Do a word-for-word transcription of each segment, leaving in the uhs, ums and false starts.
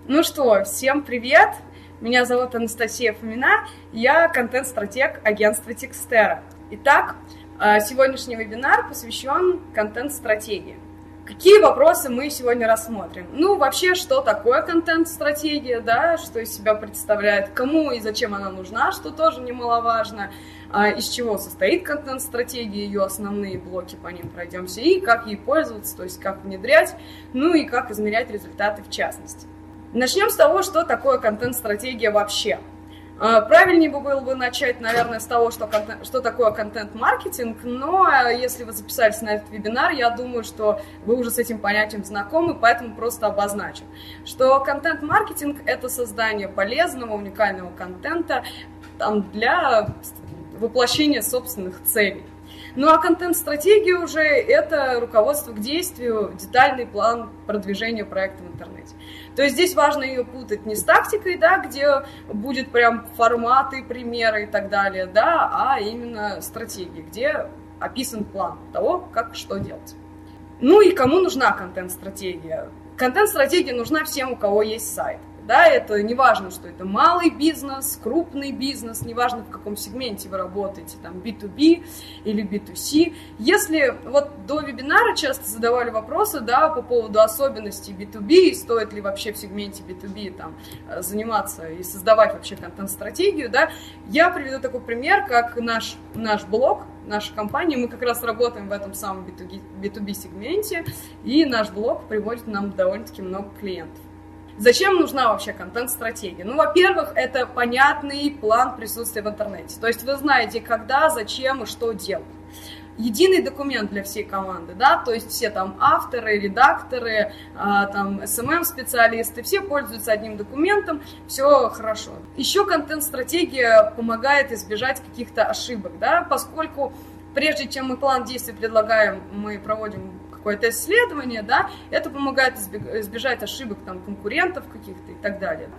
Ну что, всем привет! Меня зовут Анастасия Фомина, я контент-стратег агентства Текстера. Итак, сегодняшний вебинар посвящен контент-стратегии. Какие вопросы мы сегодня рассмотрим? Ну, вообще, что такое контент-стратегия, да, что из себя представляет, кому и зачем она нужна, что тоже немаловажно, из чего состоит контент-стратегия, ее основные блоки, по ним пройдемся, и как ей пользоваться, то есть как внедрять, ну и как измерять результаты в частности. Начнем с того, что такое контент-стратегия вообще. Правильнее бы было бы начать, наверное, с того, что, контент, что такое контент-маркетинг, но если вы записались на этот вебинар, я думаю, что вы уже с этим понятием знакомы, поэтому просто обозначу, что контент-маркетинг – это создание полезного, уникального контента там, для воплощения собственных целей. Ну а контент-стратегия уже – это руководство к действию, детальный план продвижения проекта в интернете. То есть здесь важно ее путать не с тактикой, да, где будет прям форматы, примеры и так далее, да, а именно стратегией, где описан план того, как что делать. Ну и кому нужна контент-стратегия? Контент-стратегия нужна всем, у кого есть сайт. Да, это не важно, что это малый бизнес, крупный бизнес, не важно, в каком сегменте вы работаете, там би ту би или би ту си. Если вот до вебинара часто задавали вопросы, да, по поводу особенностей би ту би, стоит ли вообще в сегменте би ту би там заниматься и создавать вообще контент-стратегию, да, я приведу такой пример, как наш, наш блог, наша компания, мы как раз работаем в этом самом би ту би сегменте, и наш блог приводит нам довольно-таки много клиентов. Зачем нужна вообще контент-стратегия? Ну, во-первых, это понятный план присутствия в интернете. То есть вы знаете, когда, зачем и что делать. Единый документ для всей команды, да, то есть все там авторы, редакторы, там эс эм эм-специалисты, все пользуются одним документом, все хорошо. Еще контент-стратегия помогает избежать каких-то ошибок, да, поскольку прежде чем мы план действий предлагаем, мы проводим какое-то исследование, да, это помогает избежать ошибок там, конкурентов каких-то и так далее.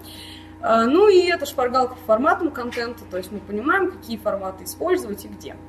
Ну и это шпаргалка по форматам контента, то есть мы понимаем, какие форматы использовать и где.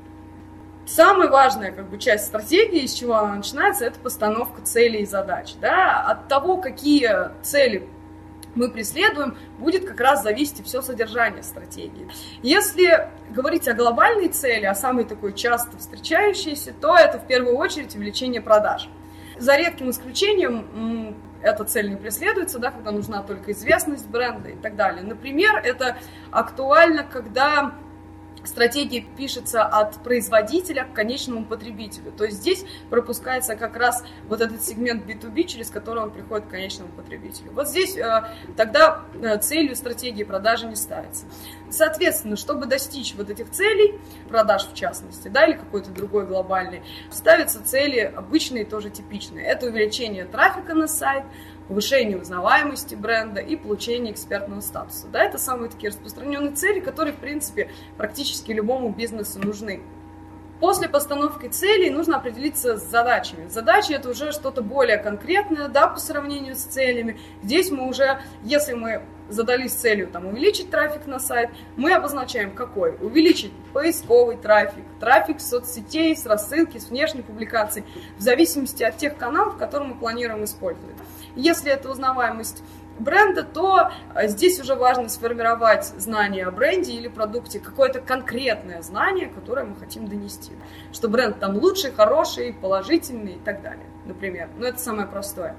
Самая важная как бы, часть стратегии, из чего она начинается, это постановка целей и задач. Да? От того, какие цели мы преследуем, будет как раз зависеть все содержание стратегии. Если говорить о глобальной цели, о самой такой часто встречающейся, то это в первую очередь увеличение продаж. За редким исключением эта цель не преследуется, да, когда нужна только известность бренда и так далее. Например, это актуально, когда стратегия пишется от производителя к конечному потребителю. То есть здесь пропускается как раз вот этот сегмент би ту би, через который он приходит к конечному потребителю. Вот здесь э, тогда э, целью стратегии продажи не ставится. Соответственно, чтобы достичь вот этих целей, продаж в частности, да, или какой-то другой глобальный, ставятся цели обычные, тоже типичные. Это увеличение трафика на сайт, повышение узнаваемости бренда и получение экспертного статуса. Да, это самые такие распространенные цели, которые, в принципе, практически любому бизнесу нужны. После постановки целей нужно определиться с задачами. Задачи – это уже что-то более конкретное, да, по сравнению с целями. Здесь мы уже, если мы задались целью там, увеличить трафик на сайт, мы обозначаем какой. Увеличить поисковый трафик, трафик с соцсетей, с рассылки, с внешней публикации, в зависимости от тех каналов, которые мы планируем использовать. Если это узнаваемость бренда, то здесь уже важно сформировать знание о бренде или продукте, какое-то конкретное знание, которое мы хотим донести. Что бренд там лучший, хороший, положительный и так далее, например. Ну, это самое простое.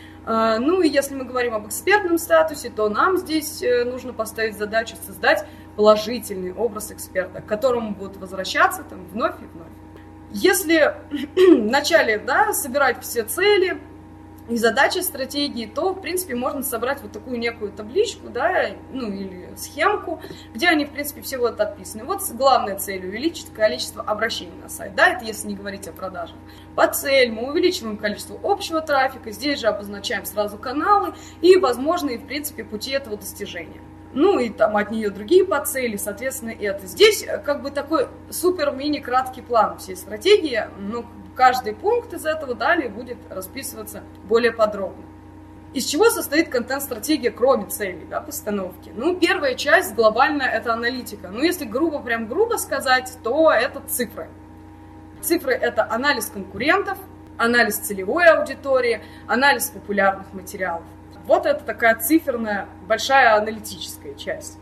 Ну и если мы говорим об экспертном статусе, то нам здесь нужно поставить задачу создать положительный образ эксперта, к которому будут возвращаться там, вновь и вновь. Если вначале да, собирать все цели и задачи стратегии, то, в принципе, можно собрать вот такую некую табличку, да, ну или схемку, где они, в принципе, все вот отписаны. Вот главная цель – увеличить количество обращений на сайт, да, это если не говорить о продажах. По цель мы увеличиваем количество общего трафика, здесь же обозначаем сразу каналы и возможные, в принципе, пути этого достижения. Ну и там от нее другие подцели, соответственно, это. Здесь как бы такой супер-мини-краткий план всей стратегии, но каждый пункт из этого далее будет расписываться более подробно. Из чего состоит контент-стратегия, кроме целей, да, постановки? Ну, первая часть глобальная – это аналитика. Ну, если грубо, прям грубо сказать, то это цифры. Цифры – это анализ конкурентов, анализ целевой аудитории, анализ популярных материалов. Вот это такая циферная, большая аналитическая часть.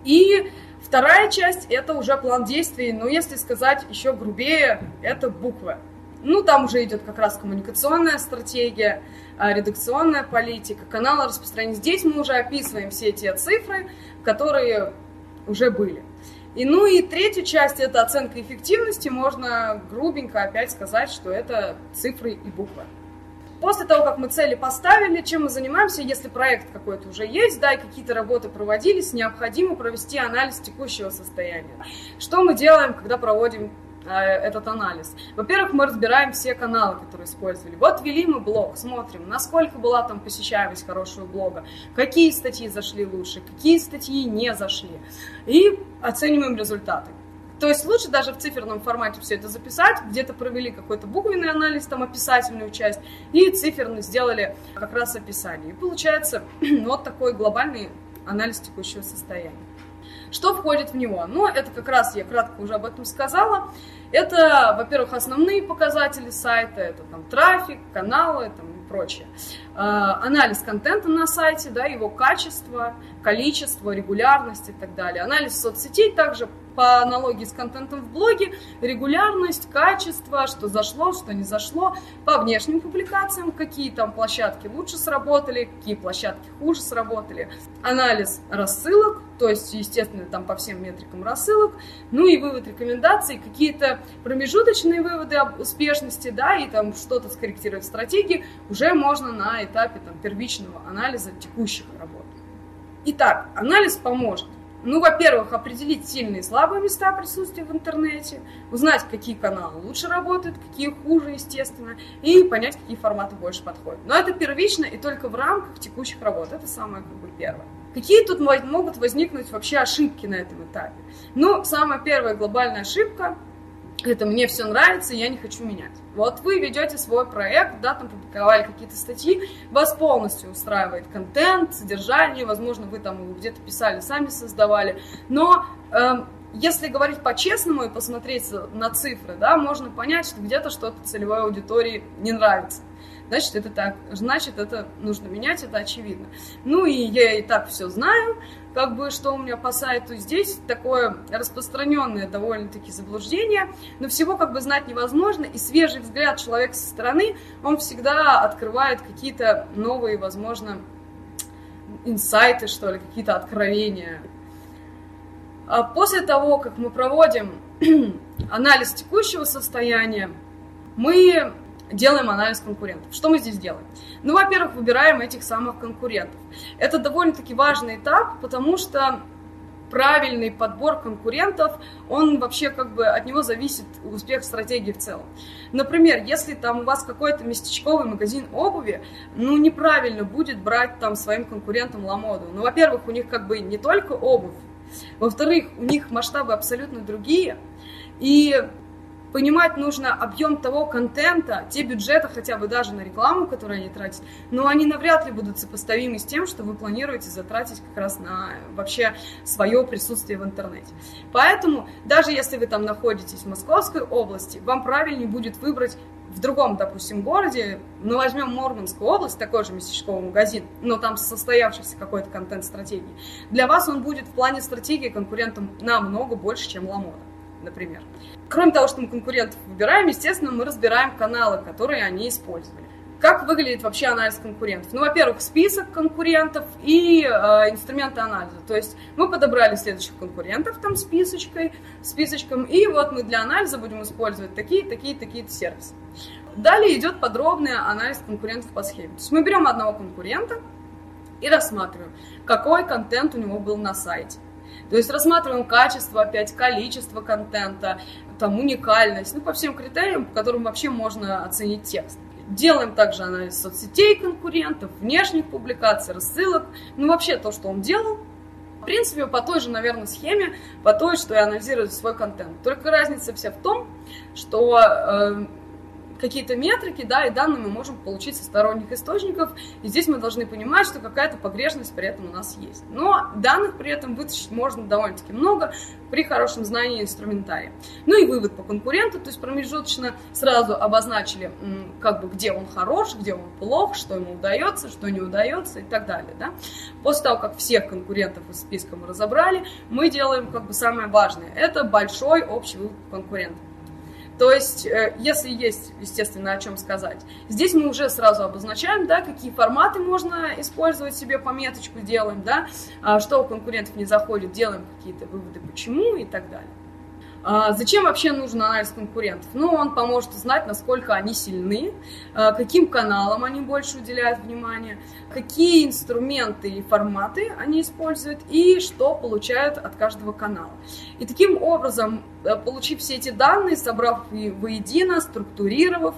И вторая часть – это уже план действий, но если сказать еще грубее, это буквы. Ну, там уже идет как раз коммуникационная стратегия, редакционная политика, каналы распространения. Здесь мы уже описываем все те цифры, которые уже были. И, ну и третья часть – это оценка эффективности. Можно грубенько опять сказать, что это цифры и буквы. После того, как мы цели поставили, чем мы занимаемся, если проект какой-то уже есть, да, и какие-то работы проводились, необходимо провести анализ текущего состояния. Что мы делаем, когда проводим э, этот анализ? Во-первых, мы разбираем все каналы, которые использовали. Вот ввели мы блог, смотрим, насколько была там посещаемость хорошего блога, какие статьи зашли лучше, какие статьи не зашли, и оцениваем результаты. То есть лучше даже в циферном формате все это записать, где-то провели какой-то буквенный анализ, там описательную часть, и циферно сделали как раз описание. И получается вот такой глобальный анализ текущего состояния. Что входит в него? Ну, это как раз, я кратко уже об этом сказала. Это, во-первых, основные показатели сайта, это там трафик, каналы там, и прочее. А, анализ контента на сайте, да, его качество, количество, регулярность и так далее. Анализ соцсетей также по аналогии с контентом в блоге, регулярность, качество, что зашло, что не зашло, по внешним публикациям, какие там площадки лучше сработали, какие площадки хуже сработали, анализ рассылок, то есть, естественно, там по всем метрикам рассылок, ну и вывод рекомендаций, какие-то промежуточные выводы об успешности, да, и там что-то скорректировать в стратегии уже можно на этапе там первичного анализа текущих работ. Итак, анализ поможет. Ну, во-первых, определить сильные и слабые места присутствия в интернете, узнать, какие каналы лучше работают, какие хуже, естественно, и понять, какие форматы больше подходят. Но это первично и только в рамках текущих работ. Это самое как бы первое. Какие тут могут возникнуть вообще ошибки на этом этапе? Ну, самая первая глобальная ошибка – это «мне все нравится, я не хочу менять». Вот вы ведете свой проект, да, там публиковали какие-то статьи, вас полностью устраивает контент, содержание, возможно, вы там его где-то писали, сами создавали, но э, если говорить по-честному и посмотреть на цифры, да, можно понять, что где-то что-то целевой аудитории не нравится. Значит, это так, значит, это нужно менять, это очевидно. Ну и я и так все знаю, как бы, что у меня по сайту. Здесь такое распространенное довольно-таки заблуждение, но всего как бы знать невозможно, и свежий взгляд человека со стороны, он всегда открывает какие-то новые, возможно, инсайты, что ли, какие-то откровения. А после того, как мы проводим анализ текущего состояния, мы делаем анализ конкурентов. Что мы здесь делаем? Ну, во-первых, выбираем этих самых конкурентов. Это довольно-таки важный этап, потому что правильный подбор конкурентов, он вообще как бы от него зависит успех стратегии в целом. Например, если там у вас какой-то местечковый магазин обуви, ну, неправильно будет брать там своим конкурентам Ламоду. Ну, во-первых, у них как бы не только обувь, во-вторых, у них масштабы абсолютно другие, и понимать нужно объем того контента, те бюджеты хотя бы даже на рекламу, которую они тратят, но они навряд ли будут сопоставимы с тем, что вы планируете затратить как раз на вообще свое присутствие в интернете. Поэтому даже если вы там находитесь в Московской области, вам правильнее будет выбрать в другом, допустим, городе, ну, возьмем Мурманскую область, такой же местечковый магазин, но там состоявшийся какой-то контент-стратегии. Для вас он будет в плане стратегии конкурентом намного больше, чем Ламода, например. Кроме того, что мы конкурентов выбираем, естественно, мы разбираем каналы, которые они использовали. Как выглядит вообще анализ конкурентов? Ну, во-первых, список конкурентов и э, инструменты анализа. То есть мы подобрали следующих конкурентов там списочкой, списочком, и вот мы для анализа будем использовать такие, такие, такие-то сервисы. Далее идет подробный анализ конкурентов по схеме. То есть мы берем одного конкурента и рассматриваем, какой контент у него был на сайте. То есть рассматриваем качество, опять количество контента, там, уникальность, ну, по всем критериям, по которым вообще можно оценить текст. Делаем также анализ соцсетей конкурентов, внешних публикаций, рассылок, ну, вообще то, что он делал. В принципе, по той же, наверное, схеме, по той, что и анализирует свой контент. Только разница вся в том, что э, какие-то метрики, да, и данные мы можем получить со сторонних источников, и здесь мы должны понимать, что какая-то погрешность при этом у нас есть. Но данных при этом вытащить можно довольно-таки много при хорошем знании инструментария. Ну и вывод по конкуренту, то есть промежуточно сразу обозначили, как бы, где он хорош, где он плох, что ему удается, что не удается и так далее, да. После того, как всех конкурентов из списка мы разобрали, мы делаем, как бы, самое важное, это большой общий вывод по конкурентам. То есть, если есть, естественно, о чем сказать, здесь мы уже сразу обозначаем, да, какие форматы можно использовать, себе пометочку делаем, да, что у конкурентов не заходит, делаем какие-то выводы, почему и так далее. Зачем вообще нужен анализ конкурентов? Ну, он поможет узнать, насколько они сильны, каким каналам они больше уделяют внимание, какие инструменты и форматы они используют и что получают от каждого канала. И таким образом, получив все эти данные, собрав их воедино, структурировав,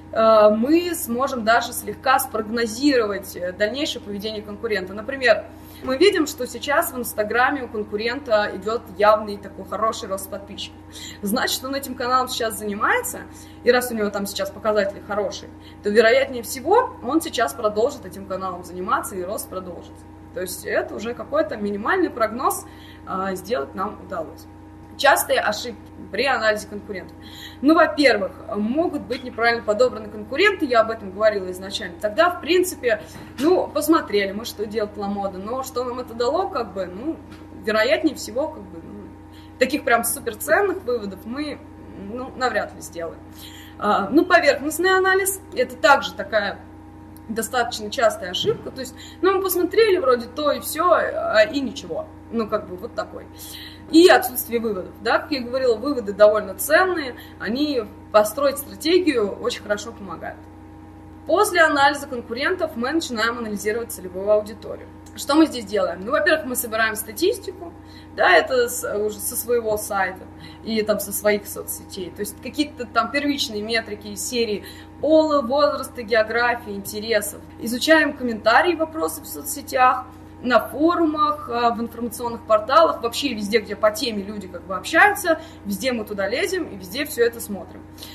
мы сможем даже слегка спрогнозировать дальнейшее поведение конкурента. Например, мы видим, что сейчас в Инстаграме у конкурента идет явный такой хороший рост подписчиков. Значит, он этим каналом сейчас занимается, и раз у него там сейчас показатели хорошие, то, вероятнее всего, он сейчас продолжит этим каналом заниматься, и рост продолжится. То есть это уже какой-то минимальный прогноз а, сделать нам удалось. Частые ошибки при анализе конкурентов. Ну, во-первых, могут быть неправильно подобраны конкуренты, я об этом говорила изначально. Тогда, в принципе, ну, посмотрели мы, что делает Ламода, но что нам это дало, как бы, ну, вероятнее всего, как бы, ну, таких прям суперценных выводов мы, ну, навряд ли сделаем. А, ну, поверхностный анализ, это также такая достаточно частая ошибка, то есть, ну, мы посмотрели вроде то и все, а, и ничего, ну, как бы, вот такой. И отсутствие выводов. Да, как я говорила, выводы довольно ценные, они построить стратегию очень хорошо помогают. После анализа конкурентов мы начинаем анализировать целевую аудиторию. Что мы здесь делаем? Ну, во-первых, мы собираем статистику, да, это с, уже со своего сайта и там со своих соцсетей. То есть какие-то там первичные метрики из серии пола, возраста, географии, интересов. Изучаем комментарии, вопросы в соцсетях, на форумах, в информационных порталах, вообще везде, где по теме люди как бы общаются, везде мы туда лезем и везде все это смотрим.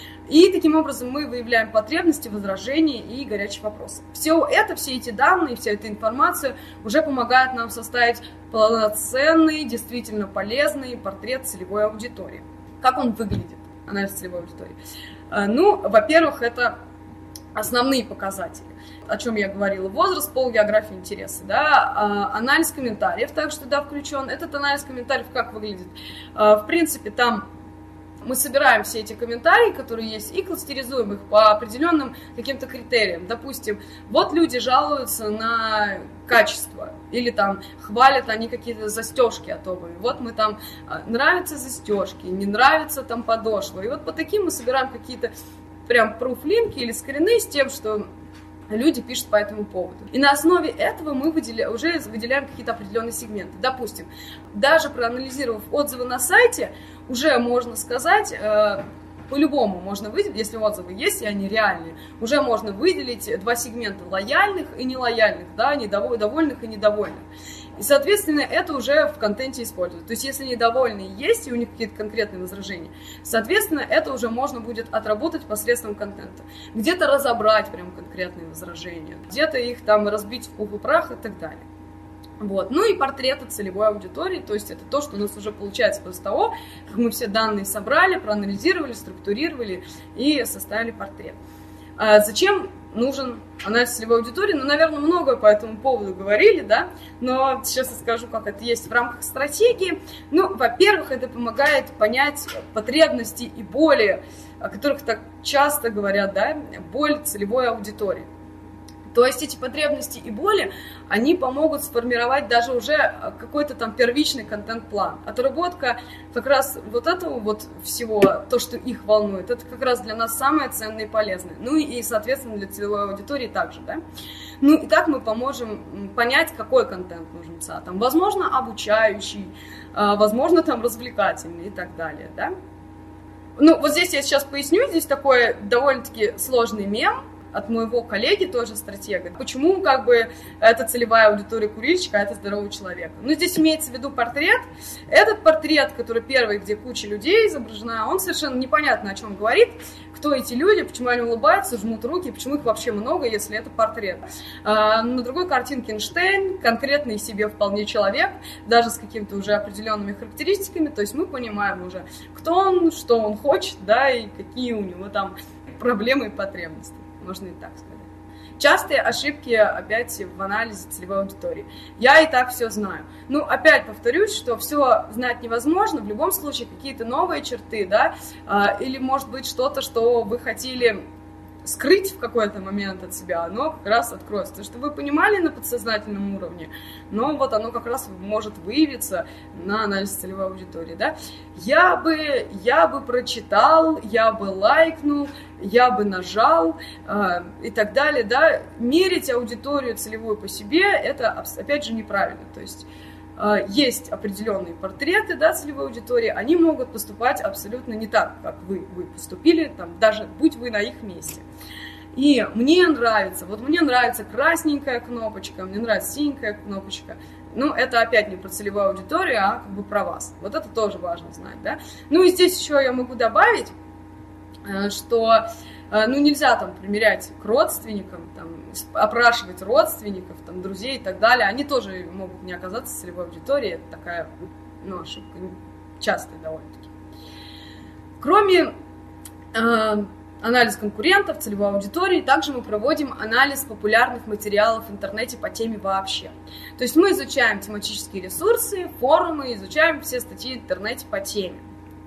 И таким образом мы выявляем потребности, возражения и горячие вопросы. Все это, все эти данные, вся эта информация уже помогает нам составить полноценный, действительно полезный портрет целевой аудитории. Как он выглядит, анализ целевой аудитории? Ну, во-первых, это основные показатели, о чем я говорила: возраст, пол, география, интересы, да, анализ комментариев также туда включен. Этот анализ комментариев как выглядит? В принципе, там мы собираем все эти комментарии, которые есть, и кластеризуем их по определенным каким-то критериям. Допустим, вот люди жалуются на качество, или там хвалят они какие-то застежки от обуви. Вот мы там, нравятся застежки, не нравится там подошва. И вот по таким мы собираем какие-то прям пруфлинки или скрины с тем, что люди пишут по этому поводу. И на основе этого мы выделя... уже выделяем какие-то определенные сегменты. Допустим, даже проанализировав отзывы на сайте, уже можно сказать, э, по-любому можно выделить, если отзывы есть и они реальные, уже можно выделить два сегмента: лояльных и нелояльных, да, недовольных и недовольных. И, соответственно, это уже в контенте используют. То есть, если недовольные есть, и у них какие-то конкретные возражения, соответственно, это уже можно будет отработать посредством контента. Где-то разобрать прям конкретные возражения, где-то их там разбить в пух и прах и так далее. Вот. Ну и портреты целевой аудитории, то есть это то, что у нас уже получается после того, как мы все данные собрали, проанализировали, структурировали и составили портрет. А зачем нужен анализ целевой аудитории? Ну, наверное, много по этому поводу говорили, да, но сейчас я скажу, как это есть в рамках стратегии. Ну, во-первых, это помогает понять потребности и боли, о которых так часто говорят, да, боль целевой аудитории. То есть эти потребности и боли, они помогут сформировать даже уже какой-то там первичный контент-план. Отработка как раз вот этого вот всего, то, что их волнует, это как раз для нас самое ценное и полезное. Ну и, соответственно, для целевой аудитории также, да. Ну и так мы поможем понять, какой контент нужен ЦА. Там, возможно, обучающий, возможно, там развлекательный и так далее, да. Ну, вот здесь я сейчас поясню, здесь такой довольно-таки сложный мем. от моего коллеги, тоже стратега, почему как бы это целевая аудитория курильщика, а это здоровый человек. Ну, здесь имеется в виду портрет. Этот портрет, который первый, где куча людей изображена, он совершенно непонятно о чем говорит, кто эти люди, почему они улыбаются, жмут руки, почему их вообще много, если это портрет. А, на другой картинке Эйнштейн, конкретный себе вполне человек, даже с какими-то уже определенными характеристиками, то есть мы понимаем уже, кто он, что он хочет, да, и какие у него там проблемы и потребности, можно и так сказать. Частые ошибки опять в анализе целевой аудитории. Я и так все знаю. Ну, опять повторюсь, что все знать невозможно. В любом случае какие-то новые черты, да, или может быть что-то, что вы хотели скрыть в какой-то момент от себя, оно как раз откроется. То, что вы понимали на подсознательном уровне, но вот оно как раз может выявиться на анализ целевой аудитории, да. Я бы, я бы прочитал, я бы лайкнул, я бы нажал э, и так далее, да. Мерить аудиторию целевую по себе, это, опять же, неправильно. То есть э, есть определенные портреты, да, целевой аудитории, они могут поступать абсолютно не так, как вы, вы поступили, там, даже будь вы на их месте. И мне нравится, вот мне нравится красненькая кнопочка, мне нравится синенькая кнопочка. Ну, это опять не про целевую аудиторию, а как бы про вас. Вот это тоже важно знать, да. Ну, и здесь еще я могу добавить, что, ну, нельзя там примерять к родственникам, там, опрашивать родственников, там, друзей и так далее. Они тоже могут не оказаться целевой аудиторией. Это такая, ну, ошибка частая довольно-таки. Кроме э, анализа конкурентов, целевой аудитории, также мы проводим анализ популярных материалов в интернете по теме вообще. То есть мы изучаем тематические ресурсы, форумы, изучаем все статьи в интернете по теме.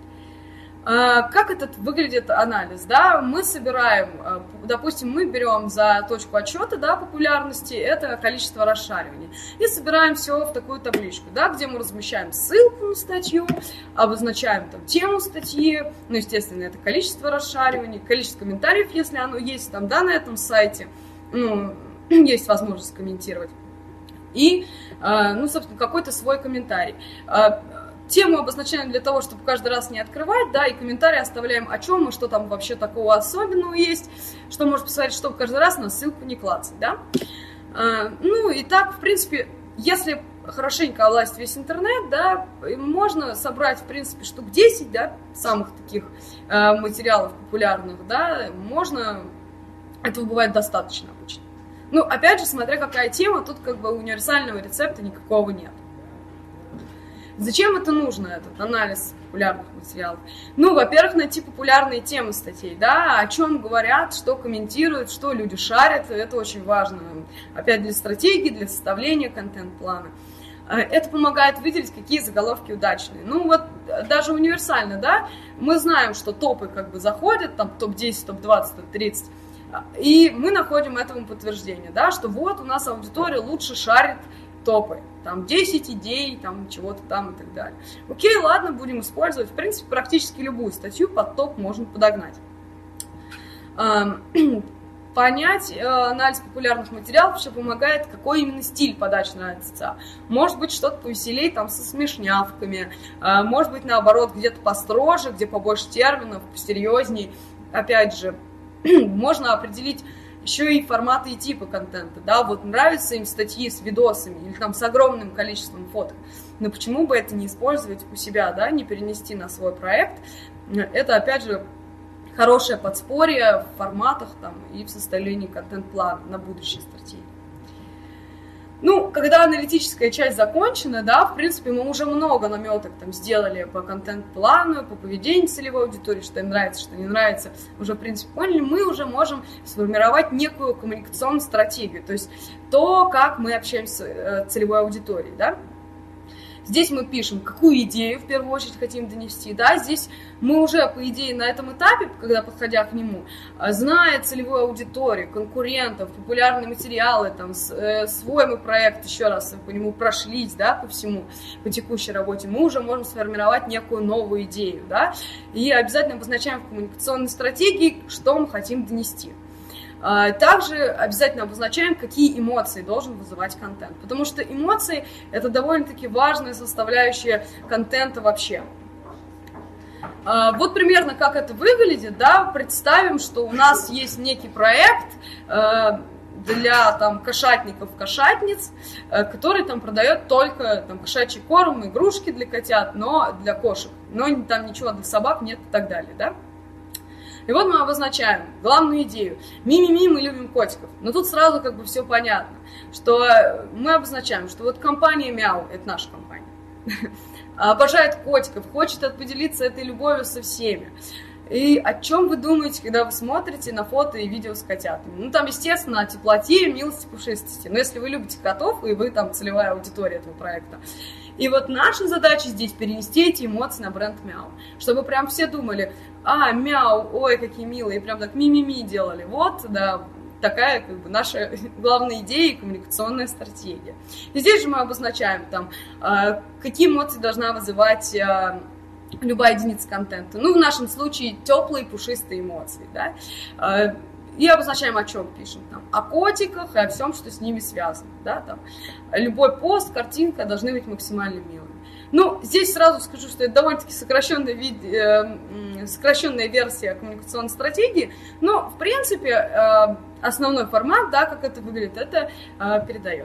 Как этот выглядит анализ? Да? Мы собираем, допустим, мы берем за точку отсчета, да, популярности, это количество расшариваний, и собираем все в такую табличку, да, где мы размещаем ссылку на статью, обозначаем там тему статьи, ну, естественно, это количество расшариваний, количество комментариев, если оно есть там, да, на этом сайте, ну, есть возможность комментировать, и, ну, собственно, какой-то свой комментарий. Тему обозначаем для того, чтобы каждый раз не открывать, да, и комментарии оставляем о чем и что там вообще такого особенного есть, что может посмотреть, чтобы каждый раз на ссылку не клацать, да. А, ну, и так, в принципе, если хорошенько олазить весь интернет, да, можно собрать, в принципе, штук десять, да, самых таких э, материалов популярных, да, можно, этого бывает достаточно обычно. Ну, опять же, смотря какая тема, тут как бы универсального рецепта никакого нет. Зачем это нужно, этот анализ популярных материалов? Ну, во-первых, найти популярные темы статей, да, о чем говорят, что комментируют, что люди шарят, это очень важно, опять для стратегии, для составления контент-плана. Это помогает выделить, какие заголовки удачные. Ну, вот даже универсально, да, мы знаем, что топы как бы заходят, там топ десять, топ двадцать, топ тридцать, и мы находим этому подтверждение, да, что вот у нас аудитория лучше шарит топы, там десять идей, там чего-то там и так далее. Окей, ладно, будем использовать. В принципе, практически любую статью под топ можно подогнать. Понять анализ популярных материалов еще помогает, какой именно стиль подачи нравится. Может быть, что-то повеселее, там, со смешнявками, может быть, наоборот, где-то построже, где побольше терминов, посерьезней. Опять же, можно определить еще и форматы и типы контента, да, вот нравятся им статьи с видосами или там с огромным количеством фоток, но почему бы это не использовать у себя, да, не перенести на свой проект, это, опять же, хорошее подспорье в форматах там и в составлении контент-плана на будущие стратегии. Ну, когда аналитическая часть закончена, да, в принципе, мы уже много наметок там сделали по контент-плану, по поведению целевой аудитории, что им нравится, что не нравится, уже, в принципе, поняли, мы уже можем сформировать некую коммуникационную стратегию, то есть то, как мы общаемся с целевой аудиторией, да. Здесь мы пишем, какую идею в первую очередь хотим донести, да, здесь мы уже, по идее, на этом этапе, когда подходя к нему, зная целевую аудиторию, конкурентов, популярные материалы, там, свой мы проект еще раз по нему прошлись, да, по всему, по текущей работе, мы уже можем сформировать некую новую идею, да, и обязательно обозначаем в коммуникационной стратегии, что мы хотим донести. Также обязательно обозначаем, какие эмоции должен вызывать контент, потому что эмоции – это довольно-таки важная составляющая контента вообще. Вот примерно как это выглядит, да, представим, что у нас есть некий проект для там кошатников, кошатниц, который там продает только там кошачий корм, игрушки для котят, но для кошек, но там ничего для собак нет и так далее, да. И вот мы обозначаем главную идею. Ми-ми-ми, мы любим котиков. Но тут сразу как бы все понятно, что мы обозначаем, что вот компания Мяу, это наша компания, обожает котиков, хочет поделиться этой любовью со всеми. И о чем вы думаете, когда вы смотрите на фото и видео с котятами? Ну, там, естественно, о теплоте, милости, пушистости. Но если вы любите котов, и вы там целевая аудитория этого проекта. И вот наша задача здесь перенести эти эмоции на бренд Мяу. Чтобы прям все думали, а, Мяу, ой, какие милые, и прям так ми-ми-ми делали. Вот, да, такая как бы наша главная идея и коммуникационная стратегия. И здесь же мы обозначаем, там, какие эмоции должна вызывать любая единица контента. Ну, в нашем случае теплые, пушистые эмоции, да. И обозначаем, о чем пишем. Там, о котиках и о всем, что с ними связано. Да, там. Любой пост, картинка должны быть максимально милыми. Ну, здесь сразу скажу, что это довольно-таки сокращенная, вид, э, сокращенная версия коммуникационной стратегии, но, в принципе, э, основной формат, да, как это выглядит, это э, передает.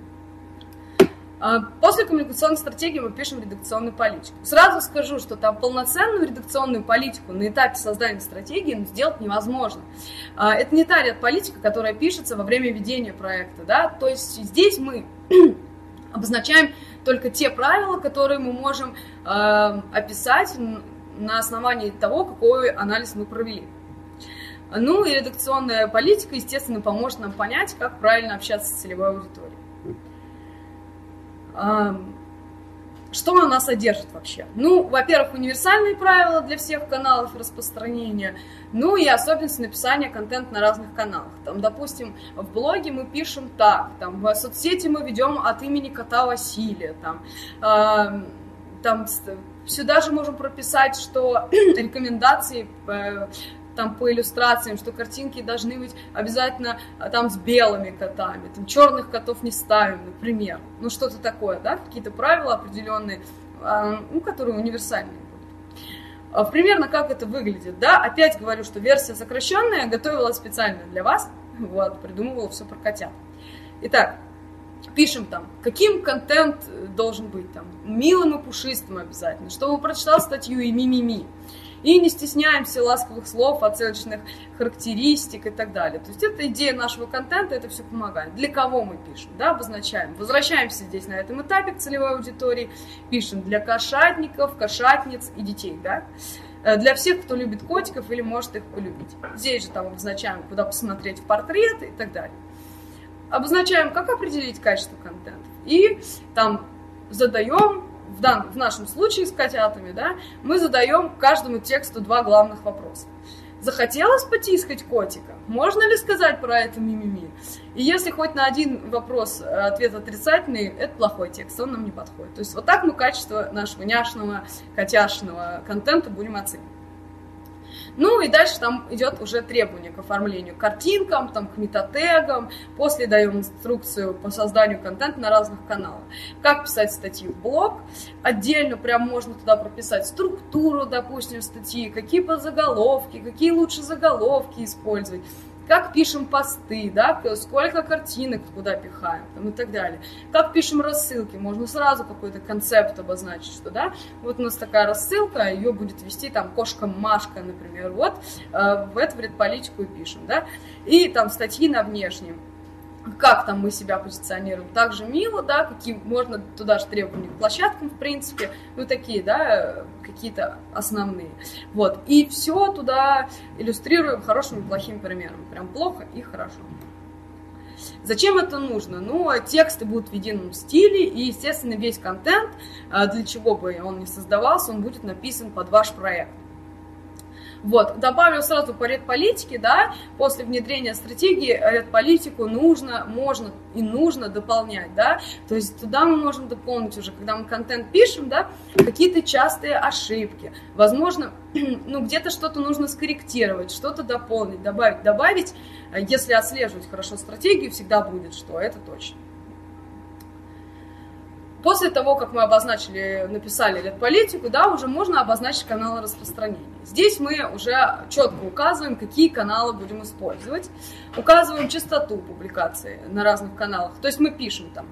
После коммуникационной стратегии мы пишем редакционную политику. Сразу скажу, что там полноценную редакционную политику на этапе создания стратегии сделать невозможно. Это не та редполитика, которая пишется во время ведения проекта, да? То есть здесь мы обозначаем только те правила, которые мы можем описать на основании того, какой анализ мы провели. Ну и редакционная политика, естественно, поможет нам понять, как правильно общаться с целевой аудиторией. Что она содержит вообще? Ну, во-первых, универсальные правила для всех каналов распространения, ну и особенности написания контента на разных каналах. Там, допустим, в блоге мы пишем так, там, в соцсети мы ведем от имени кота Василия, там, э, там сюда же можем прописать, что рекомендации э, там по иллюстрациям, что картинки должны быть обязательно там с белыми котами, там черных котов не ставим, например. Ну, что-то такое, да, какие-то правила определенные, ну, которые универсальные будут. Примерно как это выглядит, да, опять говорю, что версия сокращенная готовила специально для вас, вот, придумывала все про котят. Итак, пишем там, каким контент должен быть, там, милым и пушистым обязательно, чтобы прочитал статью и ми-ми-ми. И не стесняемся ласковых слов, оценочных характеристик и так далее. То есть это идея нашего контента, это все помогает. Для кого мы пишем, да, обозначаем. Возвращаемся здесь на этом этапе к целевой аудитории. Пишем для кошатников, кошатниц и детей, да. Для всех, кто любит котиков или может их полюбить. Здесь же там обозначаем, куда посмотреть в портрет и так далее. Обозначаем, как определить качество контента. И там задаем... В, данном, в нашем случае с котятами, да, мы задаем каждому тексту два главных вопроса. Захотелось потискать котика? Можно ли сказать про это ми-ми-ми? И если хоть на один вопрос ответ отрицательный, это плохой текст, он нам не подходит. То есть вот так мы качество нашего няшного, котяшного контента будем оценивать. Ну и дальше там идет уже требование к оформлению картинкам, там, к метатегам. После даем инструкцию по созданию контента на разных каналах. Как писать статьи в блог. Отдельно прям можно туда прописать структуру, допустим, статьи, какие подзаголовки, какие лучше заголовки использовать. Как пишем посты, да, сколько картинок куда пихаем, там, и так далее. Как пишем рассылки, можно сразу какой-то концепт обозначить, что, да, вот у нас такая рассылка, ее будет вести там кошка Машка, например, вот, э, в эту редполитику и пишем, да, и там статьи на внешнем. Как там мы себя позиционируем, также мило, да, какие можно туда же требования к площадкам, в принципе, ну, такие, да, какие-то основные. Вот, и все туда иллюстрируем хорошими и плохими примерами, прям плохо и хорошо. Зачем это нужно? Ну, тексты будут в едином стиле, и, естественно, весь контент, для чего бы он ни создавался, он будет написан под ваш проект. Вот, добавлю сразу по редполитике, да, после внедрения стратегии редполитику нужно, можно и нужно дополнять, да, то есть туда мы можем дополнить уже, когда мы контент пишем, да, какие-то частые ошибки, возможно, ну, где-то что-то нужно скорректировать, что-то дополнить, добавить, добавить, если отслеживать хорошо стратегию, всегда будет что, это точно. После того, как мы обозначили, написали лид-политику, да, уже можно обозначить каналы распространения. Здесь мы уже четко указываем, какие каналы будем использовать, указываем частоту публикации на разных каналах. То есть мы пишем там,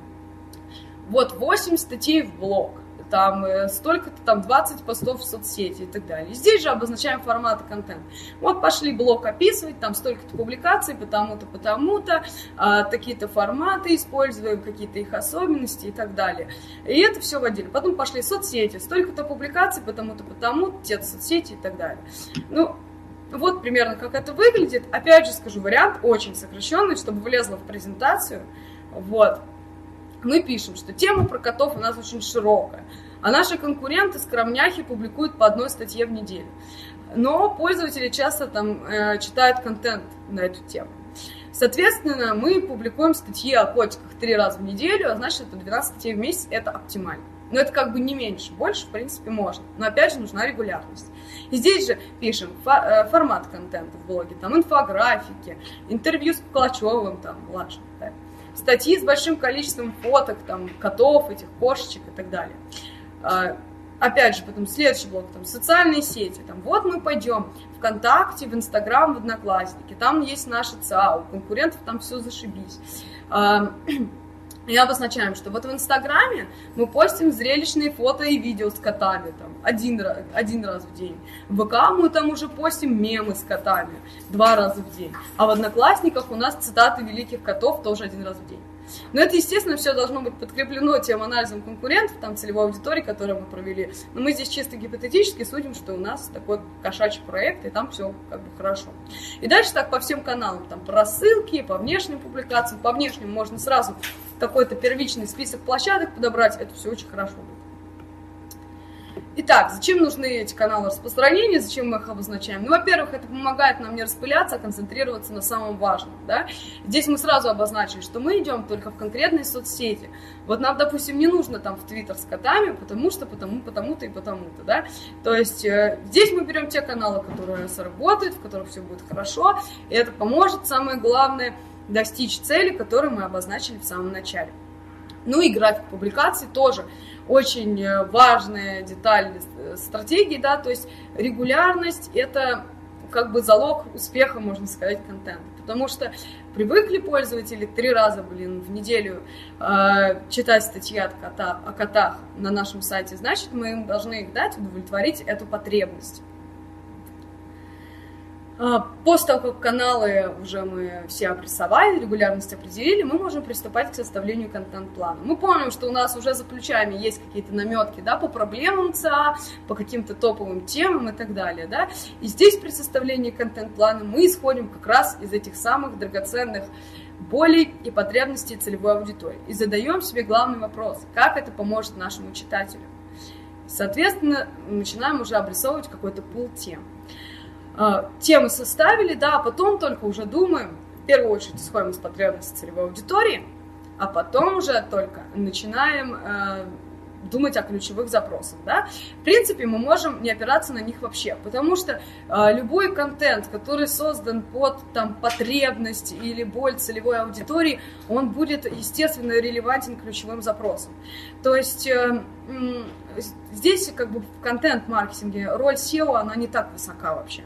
вот восемь статей в блог, там столько-то, там двадцать постов в соцсети и так далее. И здесь же обозначаем форматы контента. Вот пошли блог описывать, там столько-то публикаций, потому-то, потому-то, а, такие-то форматы используем, какие-то их особенности и так далее. И это все в отделе. Потом пошли соцсети, столько-то публикаций, потому-то, потому-то, те-то соцсети и так далее. Ну, вот примерно как это выглядит. Опять же скажу, вариант очень сокращенный, чтобы влезло в презентацию. Вот. Мы пишем, что тема про котов у нас очень широкая, а наши конкуренты, скромняхи, публикуют по одной статье в неделю. Но пользователи часто там э, читают контент на эту тему. Соответственно, мы публикуем статьи о котиках три раза в неделю, а значит, это двенадцать статей в месяц, это оптимально. Но это как бы не меньше, больше, в принципе, можно. Но опять же, нужна регулярность. И здесь же пишем фо- формат контента в блоге, там инфографики, интервью с Кулачевым, там, младшим, да. Статьи с большим количеством фоток, там, котов, этих кошечек и так далее. А, опять же, потом следующий блок, там, социальные сети. Там, вот мы пойдем ВКонтакте, в Инстаграм, в Одноклассники. Там есть наши ЦА, у конкурентов там все зашибись. А, и обозначаем, что вот в Инстаграме мы постим зрелищные фото и видео с котами там, один, раз, один раз в день. В ВК мы там уже постим мемы с котами два раза в день. А в Одноклассниках у нас цитаты великих котов тоже один раз в день. Но это, естественно, все должно быть подкреплено тем анализом конкурентов, там, целевой аудитории, которую мы провели. Но мы здесь чисто гипотетически судим, что у нас такой кошачий проект, и там все как бы хорошо. И дальше так по всем каналам, там, по рассылке, по внешним публикациям. По внешним можно сразу какой-то первичный список площадок подобрать, это все очень хорошо будет. Итак, зачем нужны эти каналы распространения, зачем мы их обозначаем? Ну, во-первых, это помогает нам не распыляться, а концентрироваться на самом важном, да? Здесь мы сразу обозначили, что мы идем только в конкретные соцсети. Вот нам, допустим, не нужно там в Твиттер с котами, потому что, потому, потому-то и потому-то, да? То есть э, здесь мы берем те каналы, которые сработают, в которых все будет хорошо, и это поможет, самое главное, достичь цели, которую мы обозначили в самом начале. Ну и график публикаций тоже очень важная деталь стратегии, да, то есть регулярность – это как бы залог успеха, можно сказать, контента, потому что привыкли пользователи три раза, блин, в неделю э, читать статьи от кота, о котах на нашем сайте, значит, мы им должны их дать, удовлетворить эту потребность. После того, как каналы уже мы все обрисовали, регулярность определили, мы можем приступать к составлению контент-плана. Мы помним, что у нас уже за плечами есть какие-то наметки, да, по проблемам ЦА, по каким-то топовым темам и так далее. Да? И здесь при составлении контент-плана мы исходим как раз из этих самых драгоценных болей и потребностей целевой аудитории. И задаем себе главный вопрос, как это поможет нашему читателю. Соответственно, начинаем уже обрисовывать какой-то пул тем. Темы составили, да, а потом только уже думаем, в первую очередь исходим из потребностей целевой аудитории, а потом уже только начинаем э, думать о ключевых запросах, да. В принципе, мы можем не опираться на них вообще, потому что э, любой контент, который создан под там, потребность или боль целевой аудитории, он будет, естественно, релевантен к ключевым запросам. То есть э, э, здесь как бы в контент-маркетинге роль сео, она не так высока вообще.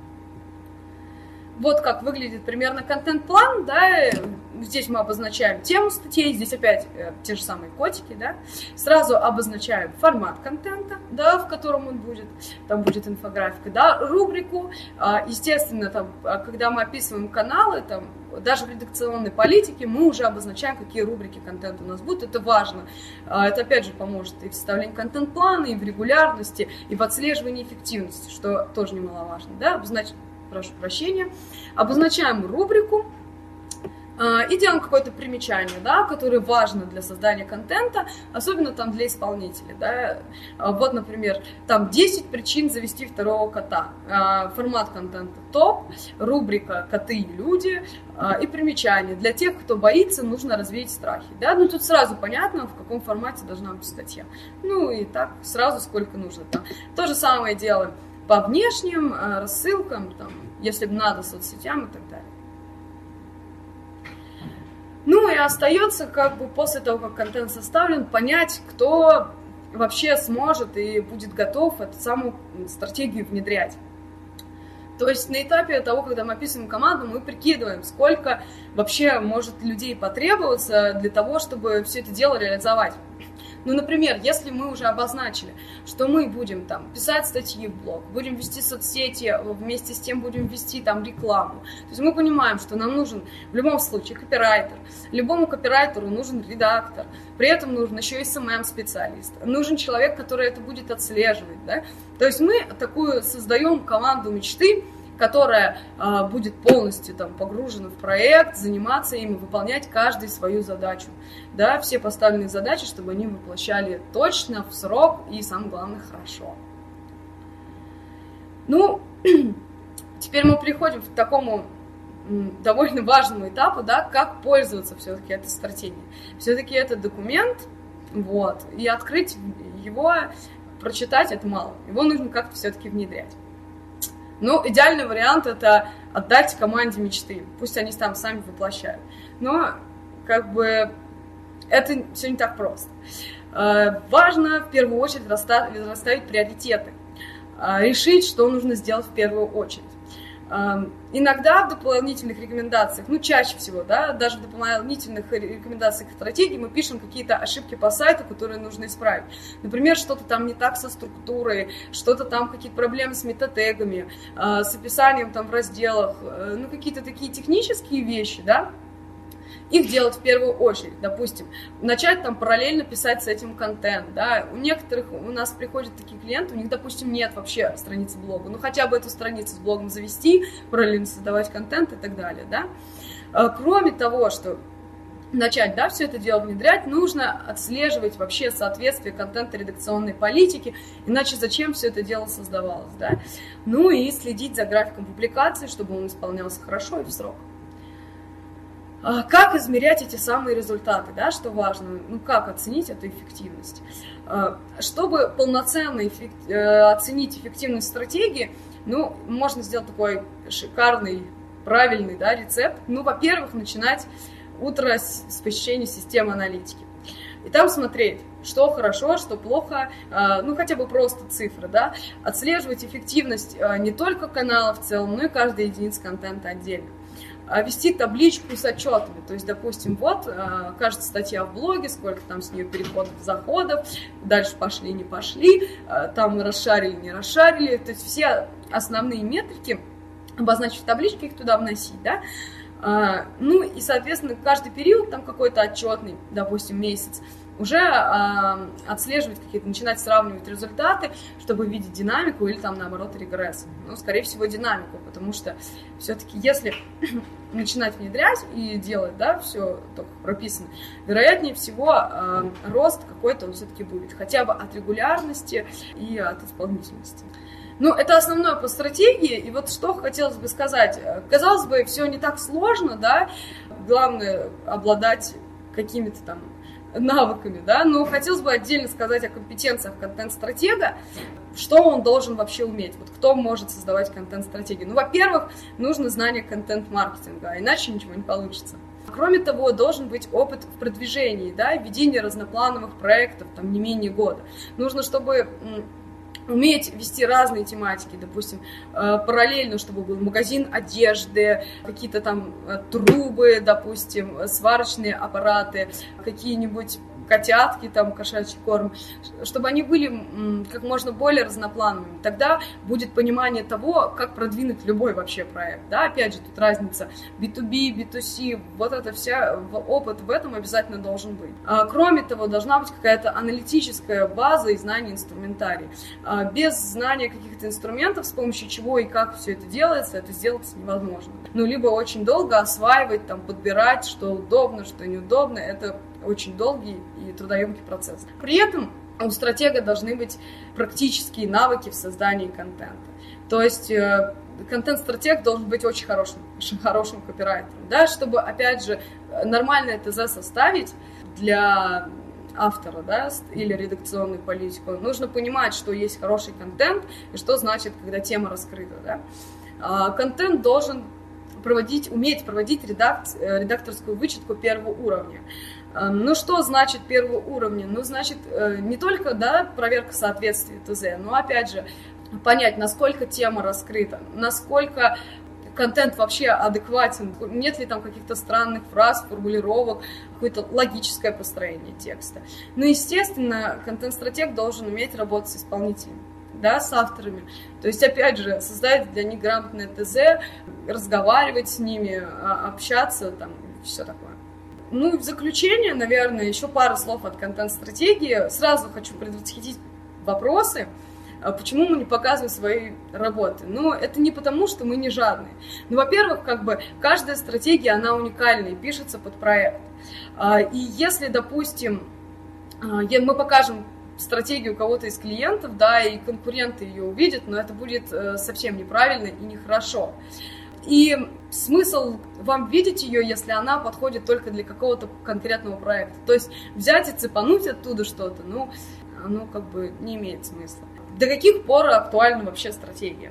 Вот как выглядит примерно контент-план, да, здесь мы обозначаем тему статей, здесь опять э, те же самые котики, да, сразу обозначаем формат контента, да, в котором он будет, там будет инфографика, да, рубрику, э, естественно, там, когда мы описываем каналы, там, даже в редакционной политике мы уже обозначаем, какие рубрики контента у нас будут, это важно, э, это опять же поможет и в составлении контент-плана, и в регулярности, и в отслеживании эффективности, что тоже немаловажно, да, обозначить. Прошу прощения, обозначаем рубрику э, и делаем какое-то примечание, да, которое важно для создания контента, особенно там для исполнителя. Да. Вот, например, там десять причин завести второго кота. Э, формат контента топ, рубрика «Коты и люди» э, и примечание. Для тех, кто боится, нужно развеять страхи. Да. Ну, тут сразу понятно, в каком формате должна быть статья. Ну, и так сразу сколько нужно там. То же самое делаем по внешним э, рассылкам, там, если бы надо, соцсетям и так Ну и остается, как бы после того, как контент составлен, понять, кто вообще сможет и будет готов эту самую стратегию внедрять. То есть на этапе того, когда мы описываем команду, мы прикидываем, сколько вообще может людей потребоваться для того, чтобы все это дело реализовать. Ну, например, если мы уже обозначили, что мы будем там писать статьи в блог, будем вести соцсети, вместе с тем будем вести там рекламу. То есть мы понимаем, что нам нужен в любом случае копирайтер. Любому копирайтеру нужен редактор. При этом нужен еще эс эм эм-специалист. Нужен человек, который это будет отслеживать. Да? То есть мы такую создаем команду мечты, которая а, будет полностью там погружена в проект, заниматься ими, выполнять каждый свою задачу. Да, все поставленные задачи, чтобы они воплощали точно, в срок и, самое главное, хорошо. Ну, теперь мы приходим к такому м, довольно важному этапу, да, как пользоваться все-таки этой стратегией. Все-таки это документ, вот, и открыть его, прочитать это мало. Его нужно как-то все-таки внедрять. Ну, идеальный вариант – это отдать команде мечты. Пусть они там сами воплощают. Но, как бы, это все не так просто. Важно, в первую очередь, расставить приоритеты. Решить, что нужно сделать в первую очередь. Иногда в дополнительных рекомендациях, ну чаще всего, да, даже в дополнительных рекомендациях стратегии мы пишем какие-то ошибки по сайту, которые нужно исправить. Например, что-то там не так со структурой, что-то там какие-то проблемы с метатегами, с описанием там в разделах, ну какие-то такие технические вещи, да. Их делать в первую очередь, допустим, начать там параллельно писать с этим контент, да, у некоторых, у нас приходят такие клиенты, у них, допустим, нет вообще страницы блога, ну хотя бы эту страницу с блогом завести, параллельно создавать контент и так далее, да. Кроме того, что начать, да, все это дело внедрять, нужно отслеживать вообще соответствие контента редакционной политики, иначе зачем все это дело создавалось, да. Ну и следить за графиком публикации, чтобы он исполнялся хорошо и в срок. Как измерять эти самые результаты, да, что важно, ну как оценить эту эффективность? Чтобы полноценно эффект, оценить эффективность стратегии, ну, можно сделать такой шикарный, правильный, да, рецепт. Ну, во-первых, начинать утро с посещения системы аналитики. И там смотреть, что хорошо, что плохо, ну хотя бы просто цифры, да, отслеживать эффективность не только канала в целом, но и каждой единицы контента отдельно. Вести табличку с отчетами, то есть, допустим, вот, кажется, статья в блоге, сколько там с нее переходов, заходов, дальше пошли, не пошли, там расшарили, не расшарили, то есть все основные метрики обозначить в табличке, их туда вносить, да, ну и, соответственно, каждый период, там какой-то отчетный, допустим, месяц, уже а, отслеживать какие-то, начинать сравнивать результаты, чтобы видеть динамику или там наоборот регресс. Ну, скорее всего, динамику, потому что все-таки если начинать внедрять и делать, да, все только прописано, вероятнее всего а, рост какой-то он все-таки будет, хотя бы от регулярности и от исполнительности. Ну, это основное по стратегии, и вот что хотелось бы сказать. Казалось бы, все не так сложно, да, главное обладать какими-то там навыками, да, но хотелось бы отдельно сказать о компетенциях контент-стратега, что он должен вообще уметь, вот кто может создавать контент-стратегию. Ну, во-первых, нужно знание контент-маркетинга, иначе ничего не получится. Кроме того, должен быть опыт в продвижении, да, ведении разноплановых проектов, там, не менее года. Нужно, чтобы уметь вести разные тематики, допустим, параллельно, чтобы был магазин одежды, какие-то там трубы, допустим, сварочные аппараты, какие-нибудь котятки, там, кошачий корм, чтобы они были как можно более разноплановыми. Тогда будет понимание того, как продвинуть любой вообще проект. Да? Опять же, тут разница би ту би, би ту си, вот это вся, опыт в этом обязательно должен быть. А, кроме того, должна быть какая-то аналитическая база и знание инструментария. А, без знания каких-то инструментов, с помощью чего и как все это делается, это сделать невозможно. Ну, либо очень долго осваивать, там, подбирать, что удобно, что неудобно, это очень долгий и трудоемкий процесс. При этом у стратега должны быть практические навыки в создании контента. То есть контент-стратег должен быть очень хорошим, очень хорошим копирайтером, да, чтобы, опять же, нормальное ТЗ составить для автора, да, или редакционную политику. Нужно понимать, что есть хороший контент и что значит, когда тема раскрыта. Да. Контент должен проводить, уметь проводить редак, редакторскую вычетку первого уровня. Ну, что значит первого уровня? Ну, значит, не только, да, проверка соответствия ТЗ, но, опять же, понять, насколько тема раскрыта, насколько контент вообще адекватен, нет ли там каких-то странных фраз, формулировок, какое-то логическое построение текста. Ну, естественно, контент-стратег должен уметь работать с исполнителями, да, с авторами. То есть, опять же, создать для них грамотное ТЗ, разговаривать с ними, общаться, там, все такое. Ну, и в заключение, наверное, еще пару слов от контент-стратегии. Сразу хочу предвосхитить вопросы. Почему мы не показываем свои работы? Ну, это не потому, что мы не жадные. Ну, во-первых, как бы каждая стратегия, она уникальна и пишется под проект. И если, допустим, мы покажем стратегию кого-то из клиентов, да, и конкуренты ее увидят, но это будет совсем неправильно и нехорошо. И смысл вам видеть ее, если она подходит только для какого-то конкретного проекта. То есть взять и цепануть оттуда что-то, ну, оно как бы не имеет смысла. До каких пор актуальна вообще стратегия?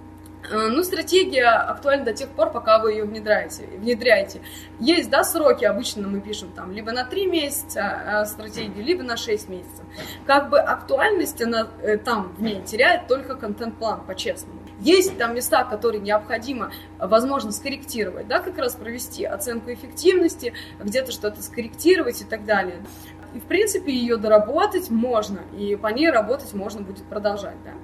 Ну, стратегия актуальна до тех пор, пока вы ее внедряете. внедряете. Есть, да, сроки, обычно мы пишем там либо на три месяца стратегию, либо на шесть месяцев. Как бы актуальность она там в ней теряет только контент-план, по-честному. Есть там места, которые необходимо, возможно, скорректировать, да, как раз провести оценку эффективности, где-то что-то скорректировать и так далее. И, в принципе, ее доработать можно, и по ней работать можно будет продолжать, да.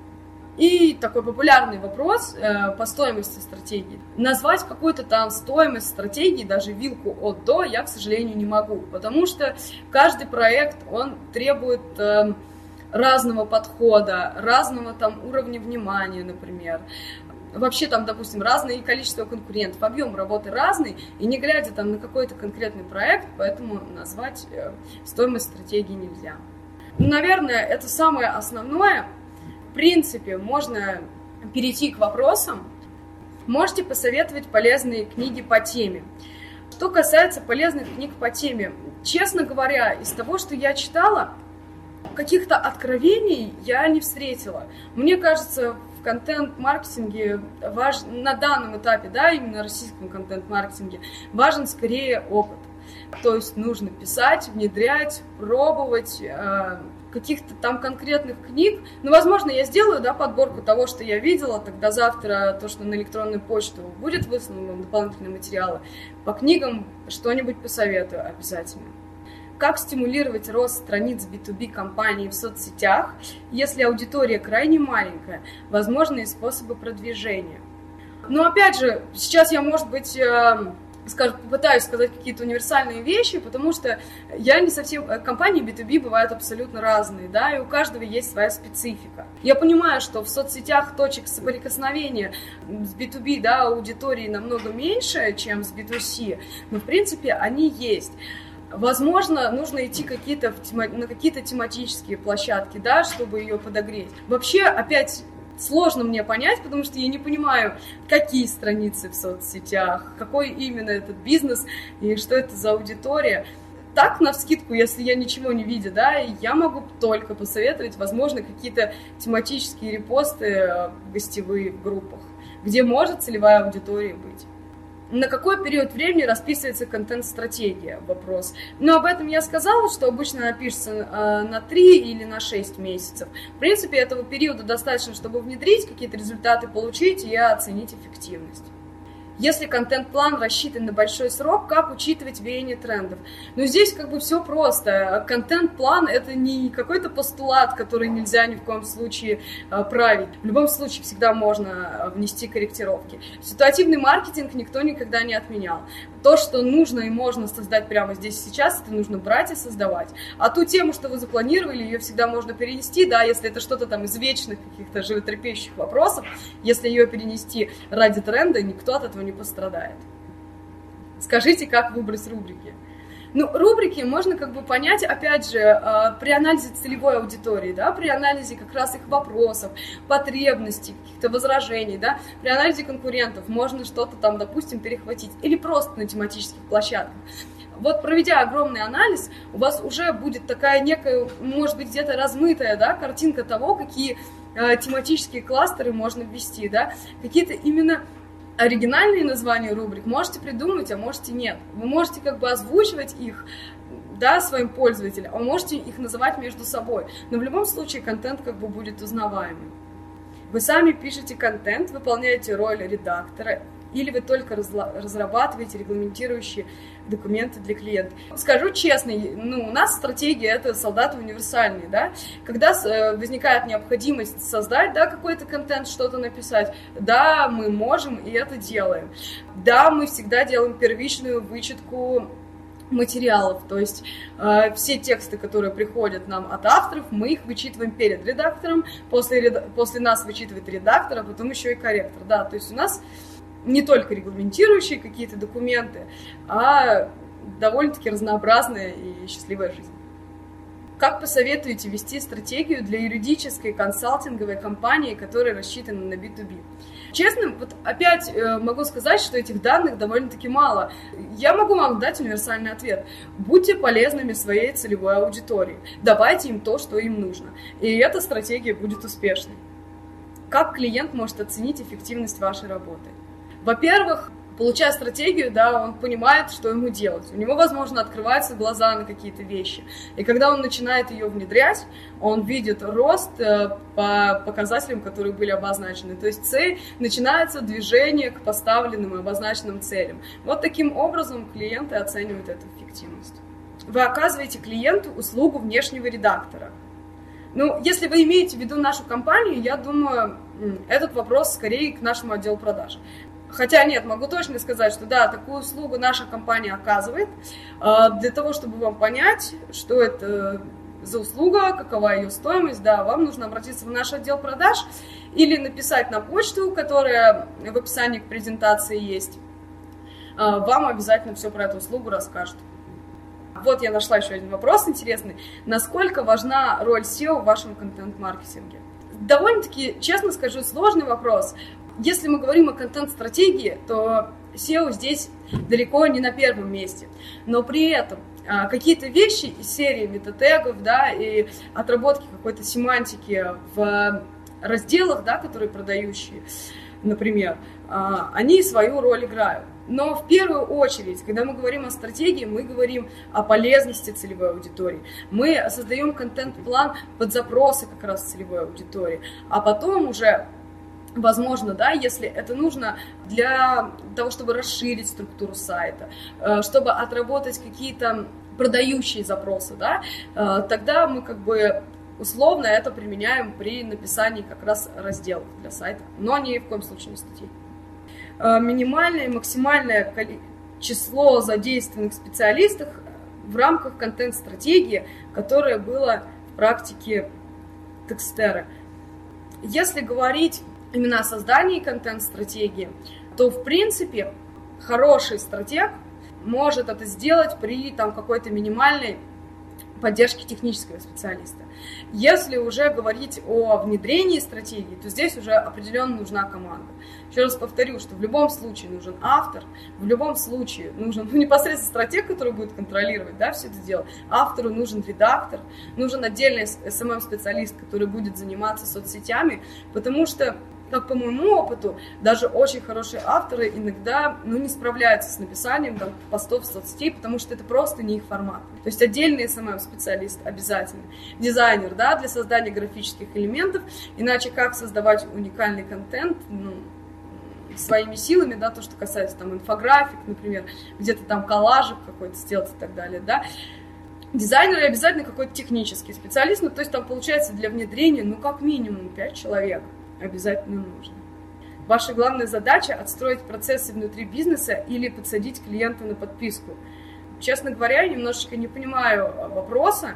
И такой популярный вопрос э, по стоимости стратегии. Назвать какую-то там стоимость стратегии, даже вилку от до, я, к сожалению, не могу, потому что каждый проект, он требует э, разного подхода, разного там уровня внимания, например. Вообще там, допустим, разное количество конкурентов, объем работы разный, и не глядя там на какой-то конкретный проект, поэтому назвать э, стоимость стратегии нельзя. Наверное, это самое основное. В принципе, можно перейти к вопросам. Можете посоветовать полезные книги по теме. Что касается полезных книг по теме, честно говоря, из того, что я читала, каких-то откровений я не встретила. Мне кажется, в контент-маркетинге важ... на данном этапе, да, именно российском контент-маркетинге, важен скорее опыт. То есть нужно писать, внедрять, пробовать, э, каких-то там конкретных книг. Ну, возможно, я сделаю, да, подборку того, что я видела, тогда завтра то, что на электронную почту будет выслано, дополнительные материалы. По книгам что-нибудь посоветую обязательно. Как стимулировать рост страниц би ту би компаний в соцсетях, если аудитория крайне маленькая? Возможные способы продвижения. Но опять же, сейчас я, может быть, скажу, попытаюсь сказать какие-то универсальные вещи, потому что я не совсем... Компании би ту би бывают абсолютно разные, да, и у каждого есть своя специфика. Я понимаю, что в соцсетях точек соприкосновения с би ту би, да, аудитории намного меньше, чем с би ту си, но, в принципе, они есть. Возможно, нужно идти какие-то в тема... на какие-то тематические площадки, да, чтобы ее подогреть. Вообще, опять... Сложно мне понять, потому что я не понимаю, какие страницы в соцсетях, какой именно этот бизнес и что это за аудитория. Так, навскидку, если я ничего не видя, да, я могу только посоветовать, возможно, какие-то тематические репосты гостевые в группах, где может целевая аудитория быть. На какой период времени расписывается контент-стратегия? Вопрос. Но об этом я сказала, что обычно она пишется э, на три или на шесть месяцев. В принципе, этого периода достаточно, чтобы внедрить, какие-то результаты получить и оценить эффективность. Если контент-план рассчитан на большой срок, как учитывать веяние трендов? Но здесь как бы все просто. Контент-план — это не какой-то постулат, который нельзя ни в коем случае править. В любом случае всегда можно внести корректировки. Ситуативный маркетинг никто никогда не отменял. То, что нужно и можно создать прямо здесь и сейчас, это нужно брать и создавать. А ту тему, что вы запланировали, ее всегда можно перенести, да, если это что-то там из вечных каких-то животрепещущих вопросов, если ее перенести ради тренда, никто от этого не пострадает. Скажите, как выбрать рубрики? Ну, рубрики можно как бы понять, опять же, при анализе целевой аудитории, да, при анализе как раз их вопросов, потребностей, каких-то возражений, да, при анализе конкурентов можно что-то там, допустим, перехватить или просто на тематических площадках. Вот, проведя огромный анализ, у вас уже будет такая некая, может быть, где-то размытая, да, картинка того, какие э, тематические кластеры можно ввести, да, какие-то именно оригинальные названия рубрик можете придумать, а можете нет. Вы можете как бы озвучивать их, да, своим пользователям, а можете их называть между собой. Но в любом случае контент как бы будет узнаваемый. Вы сами пишете контент, выполняете роль редактора, или вы только разрабатываете регламентирующие документы для клиента. Скажу честно, ну, у нас стратегия — это солдаты универсальные, да. Когда возникает необходимость создать, да, какой-то контент, что-то написать, да, мы можем и это делаем. Да, мы всегда делаем первичную вычетку материалов, то есть э, все тексты, которые приходят нам от авторов, мы их вычитываем перед редактором, после, после нас вычитывает редактор, а потом еще и корректор, да, то есть у нас не только регламентирующие какие-то документы, а довольно-таки разнообразная и счастливая жизнь. Как посоветуете вести стратегию для юридической консалтинговой компании, которая рассчитана на би ту би? Честно, вот опять э, могу сказать, что этих данных довольно-таки мало. Я могу вам дать универсальный ответ. Будьте полезными своей целевой аудитории. Давайте им то, что им нужно. И эта стратегия будет успешной. Как клиент может оценить эффективность вашей работы? Во-первых, получая стратегию, да, он понимает, что ему делать. У него, возможно, открываются глаза на какие-то вещи. И когда он начинает ее внедрять, он видит рост по показателям, которые были обозначены. То есть цель, начинается движение к поставленным и обозначенным целям. Вот таким образом клиенты оценивают эту эффективность. Вы оказываете клиенту услугу внешнего редактора. Ну, если вы имеете в виду нашу компанию, я думаю, этот вопрос скорее к нашему отделу продаж. Хотя нет, могу точно сказать, что да, такую услугу наша компания оказывает. Для того, чтобы вам понять, что это за услуга, какова ее стоимость, да, вам нужно обратиться в наш отдел продаж или написать на почту, которая в описании к презентации есть. Вам обязательно все про эту услугу расскажут. Вот я нашла еще один вопрос интересный. Насколько важна роль сео в вашем контент-маркетинге? Довольно-таки, честно скажу, сложный вопрос. Если мы говорим о контент-стратегии, то сео здесь далеко не на первом месте. Но при этом а, какие-то вещи из серии метатегов, да, и отработки какой-то семантики в разделах, да, которые продающие, например, а, они свою роль играют. Но в первую очередь, когда мы говорим о стратегии, мы говорим о полезности целевой аудитории. Мы создаем контент-план под запросы как раз целевой аудитории, а потом уже, возможно, да, если это нужно для того, чтобы расширить структуру сайта, чтобы отработать какие-то продающие запросы, да, тогда мы как бы условно это применяем при написании как раз разделов для сайта, но ни в коем случае не статей. Минимальное и максимальное число задействованных специалистов в рамках контент-стратегии, которое было в практике Текстера. Если говорить именно о создании контент-стратегии, то, в принципе, хороший стратег может это сделать при там, какой-то минимальной поддержке технического специалиста. Если уже говорить о внедрении стратегии, то здесь уже определенно нужна команда. Еще раз повторю, что в любом случае нужен автор, в любом случае нужен ну, непосредственно стратег, который будет контролировать, да, все это дело. Автору нужен редактор, нужен отдельный эс эм эм-специалист, который будет заниматься соцсетями, потому что, как по моему опыту, даже очень хорошие авторы иногда ну, не справляются с написанием там, постов в соцсети, потому что это просто не их формат. То есть отдельный эс эм эм-специалист обязательно. Дизайнер, да, для создания графических элементов, иначе как создавать уникальный контент, ну, своими силами, да, то, что касается там инфографик, например, где-то там коллажик какой-то сделать и так далее, да. Дизайнер и обязательно какой-то технический специалист, ну, то есть там получается для внедрения, ну, как минимум пять человек обязательно нужно. Ваша главная задача — отстроить процессы внутри бизнеса или подсадить клиента на подписку. Честно говоря, я немножечко не понимаю вопроса.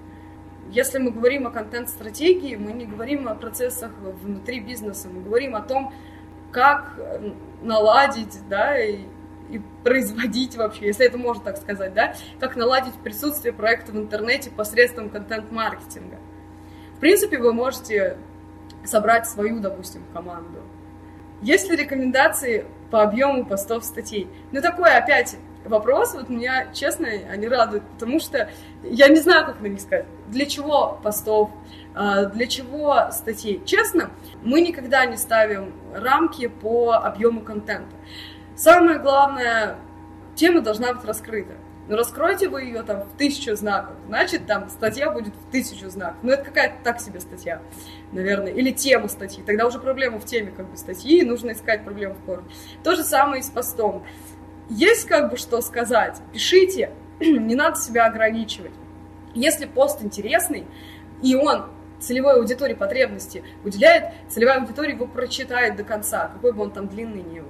Если мы говорим о контент-стратегии, мы не говорим о процессах внутри бизнеса, мы говорим о том, как наладить, да, и, и производить вообще, если это можно так сказать, да, как наладить присутствие проекта в интернете посредством контент-маркетинга. В принципе, вы можете собрать свою, допустим, команду. Есть ли рекомендации по объему постов статей? Ну, такой, опять, вопрос, вот меня, честно, они радуют, потому что я не знаю, как на них сказать. Для чего постов, для чего статей? Честно, мы никогда не ставим рамки по объему контента. Самое главное, тема должна быть раскрыта. Но раскройте вы ее там в тысячу знаков, значит, там статья будет в тысячу знаков. Ну, это какая-то так себе статья, наверное. Или тема статьи. Тогда уже проблема в теме как бы статьи, и нужно искать проблему в корне. То же самое и с постом. Есть как бы что сказать, пишите, не надо себя ограничивать. Если пост интересный, и он целевой аудитории потребности уделяет, целевая аудитория его прочитает до конца, какой бы он там длинный ни был.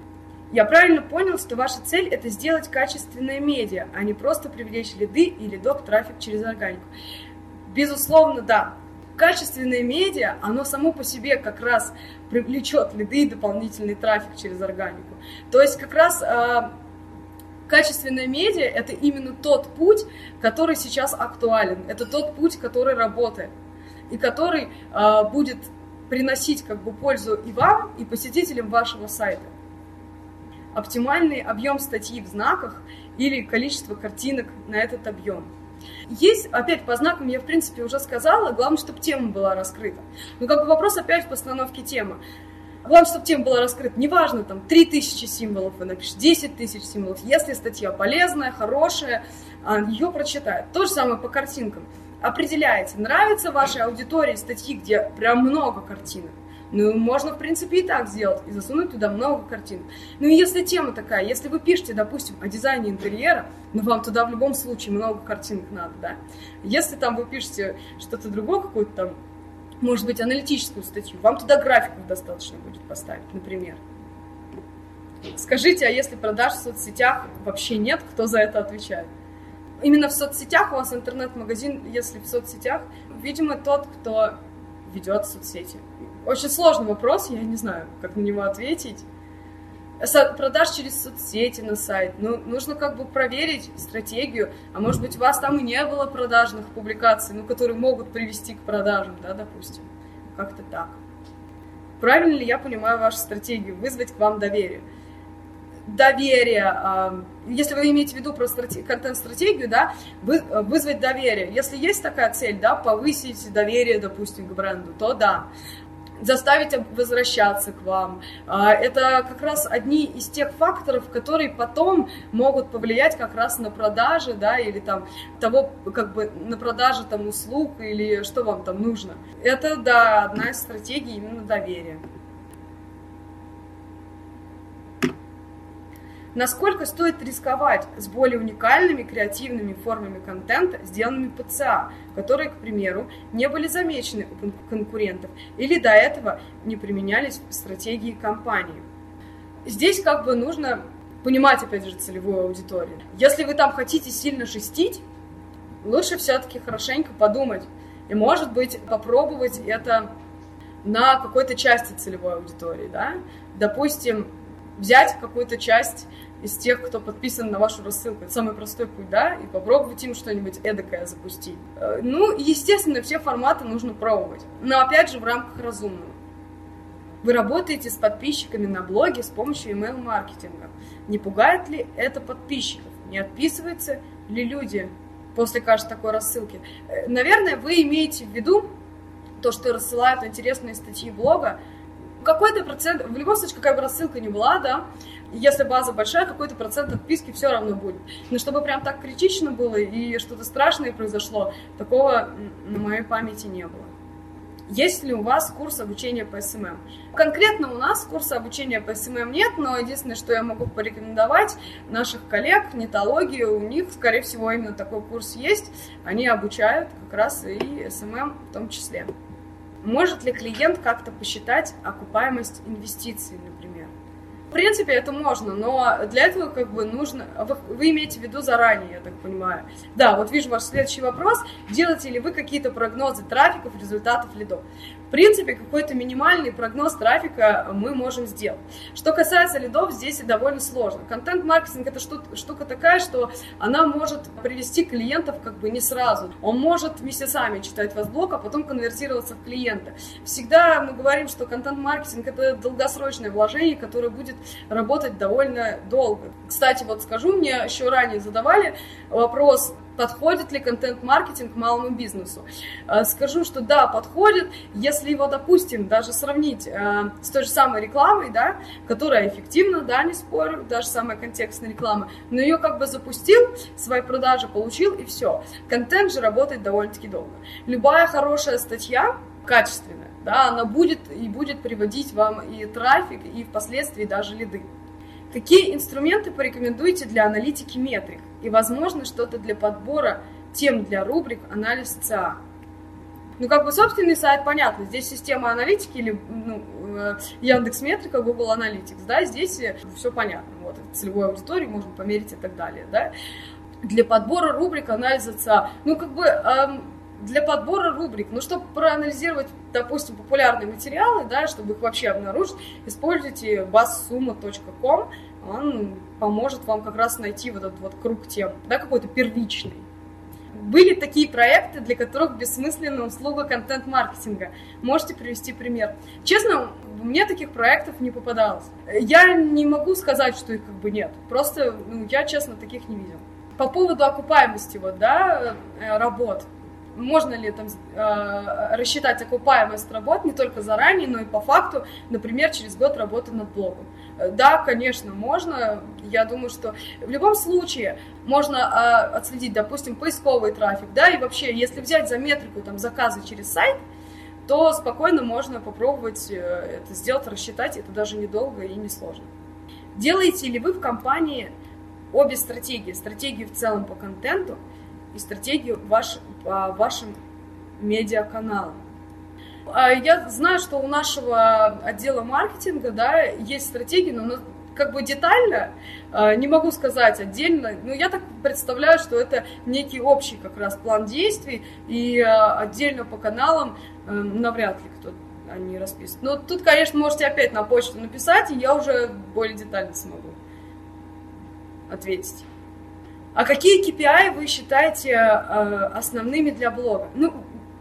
Я правильно понял, что ваша цель – это сделать качественное медиа, а не просто привлечь лиды и лидок трафик через органику. Безусловно, да. Качественное медиа, оно само по себе как раз привлечет лиды и дополнительный трафик через органику. То есть как раз э, качественное медиа – это именно тот путь, который сейчас актуален, это тот путь, который работает и который э, будет приносить как бы пользу и вам, и посетителям вашего сайта. Оптимальный объем статьи в знаках или количество картинок на этот объем. Есть, опять по знакам я в принципе уже сказала, главное, чтобы тема была раскрыта. Но как бы вопрос опять в постановке темы. Главное, чтобы тема была раскрыта. Неважно, там три тысячи символов вы напишите, десять тысяч символов. Если статья полезная, хорошая, ее прочитают. То же самое по картинкам. Определяете, нравится вашей аудитории статьи, где прям много картинок. Ну, можно, в принципе, и так сделать, и засунуть туда много картинок. Ну, и если тема такая, если вы пишете, допустим, о дизайне интерьера, ну, вам туда в любом случае много картинок надо, да. Если там вы пишете что-то другое, какую-то там, может быть, аналитическую статью, вам туда графиков достаточно будет поставить, например. Скажите, а если продаж в соцсетях вообще нет, кто за это отвечает? Именно в соцсетях у вас интернет-магазин, если в соцсетях, видимо, тот, кто ведет соцсети. Очень сложный вопрос, я не знаю, как на него ответить. Продаж через соцсети на сайт. Ну, нужно как бы проверить стратегию, а может быть у вас там и не было продажных публикаций, ну, которые могут привести к продажам, да, допустим. Как-то так. Правильно ли я понимаю вашу стратегию? Вызвать к вам доверие. Доверие, если вы имеете в виду про контент-стратегию, да, вызвать доверие. Если есть такая цель, да, повысить доверие, допустим, к бренду, то да. Заставить возвращаться к вам. Это как раз одни из тех факторов, которые потом могут повлиять как раз на продажи, да, или там того, как бы на продажи там услуг, или что вам там нужно. Это, да, одна из стратегий именно доверия. Насколько стоит рисковать с более уникальными креативными формами контента, сделанными по ЦА, которые, к примеру, не были замечены у конкурентов или до этого не применялись в стратегии компании? Здесь как бы нужно понимать, опять же, целевую аудиторию. Если вы там хотите сильно шестить, лучше все-таки хорошенько подумать и, может быть, попробовать это на какой-то части целевой аудитории, да? Допустим, взять какую-то часть из тех, кто подписан на вашу рассылку. Это самый простой путь, да, и попробовать им что-нибудь эдакое запустить. Ну, естественно, все форматы нужно пробовать, но, опять же, в рамках разумного. Вы работаете с подписчиками на блоге с помощью email-маркетинга. Не пугает ли это подписчиков? Не отписываются ли люди после каждой такой рассылки? Наверное, вы имеете в виду то, что рассылают интересные статьи блога. Какой-то процент, в любом случае, какая бы рассылка ни была, да, если база большая, какой-то процент отписки все равно будет. Но чтобы прям так критично было и что-то страшное произошло, такого на моей памяти не было. Есть ли у вас курс обучения по эс эм эм? Конкретно у нас курса обучения по эс эм эм нет, но единственное, что я могу порекомендовать наших коллег, нетологии, у них, скорее всего, именно такой курс есть. Они обучают как раз и эс эм эм в том числе. Может ли клиент как-то посчитать окупаемость инвестиций, например? В принципе, это можно, но для этого как бы нужно... Вы, вы имеете в виду заранее, я так понимаю. Да, вот вижу ваш следующий вопрос. Делаете ли вы какие-то прогнозы трафиков, результатов лидов? В принципе, какой-то минимальный прогноз трафика мы можем сделать. Что касается лидов, здесь довольно сложно. Контент-маркетинг – это штука такая, что она может привести клиентов как бы не сразу. Он может месяцами читать ваш блог, а потом конвертироваться в клиента. Всегда мы говорим, что контент-маркетинг – это долгосрочное вложение, которое будет работать довольно долго. Кстати, вот скажу, мне еще ранее задавали вопрос, подходит ли контент-маркетинг малому бизнесу. Скажу, что да, подходит, если его, допустим, даже сравнить э, с той же самой рекламой, да, которая эффективна, да, не спорю, даже самая контекстная реклама, но ее как бы запустил, свои продажи получил и все. Контент же работает довольно-таки долго. Любая хорошая статья, качественная, да, она будет и будет приводить вам и трафик, и впоследствии даже лиды. Какие инструменты порекомендуете для аналитики метрик? И, возможно, что-то для подбора тем для рубрик «Анализ ЦА». Ну, как бы собственный сайт, понятно, здесь система аналитики или ну, Яндекс.Метрика, Google Analytics, да, здесь все понятно, вот, целевой аудитории можно померить и так далее, да. Для подбора рубрик «Анализа ЦА», ну, как бы... Эм, Для подбора рубрик, ну, чтобы проанализировать, допустим, популярные материалы, да, чтобы их вообще обнаружить, используйте баз сумма точка ком, он поможет вам как раз найти вот этот вот круг тем, да, какой-то первичный. Были такие проекты, для которых бессмысленна услуга контент-маркетинга. Можете привести пример? Честно, мне таких проектов не попадалось. Я не могу сказать, что их как бы нет, просто, ну, я, честно, таких не видела. По поводу окупаемости, вот, да, работ. Можно ли там э, рассчитать окупаемость работ не только заранее, но и по факту, например, через год работы над блогом? Да, конечно, можно. Я думаю, что в любом случае можно э, отследить, допустим, поисковый трафик, да, и вообще, если взять за метрику там заказы через сайт, то спокойно можно попробовать э, это сделать, рассчитать, это даже недолго и несложно. Делаете ли вы в компании обе стратегии, стратегию в целом по контенту и стратегию ваш, по вашим медиаканалам? Я знаю, что у нашего отдела маркетинга, да, есть стратегия, но как бы детально не могу сказать отдельно, но я так представляю, что это некий общий как раз план действий, и отдельно по каналам навряд ли кто-то они расписывают. Но тут, конечно, можете опять на почту написать, и я уже более детально смогу ответить. А какие кей пи ай вы считаете э, основными для блога? Ну,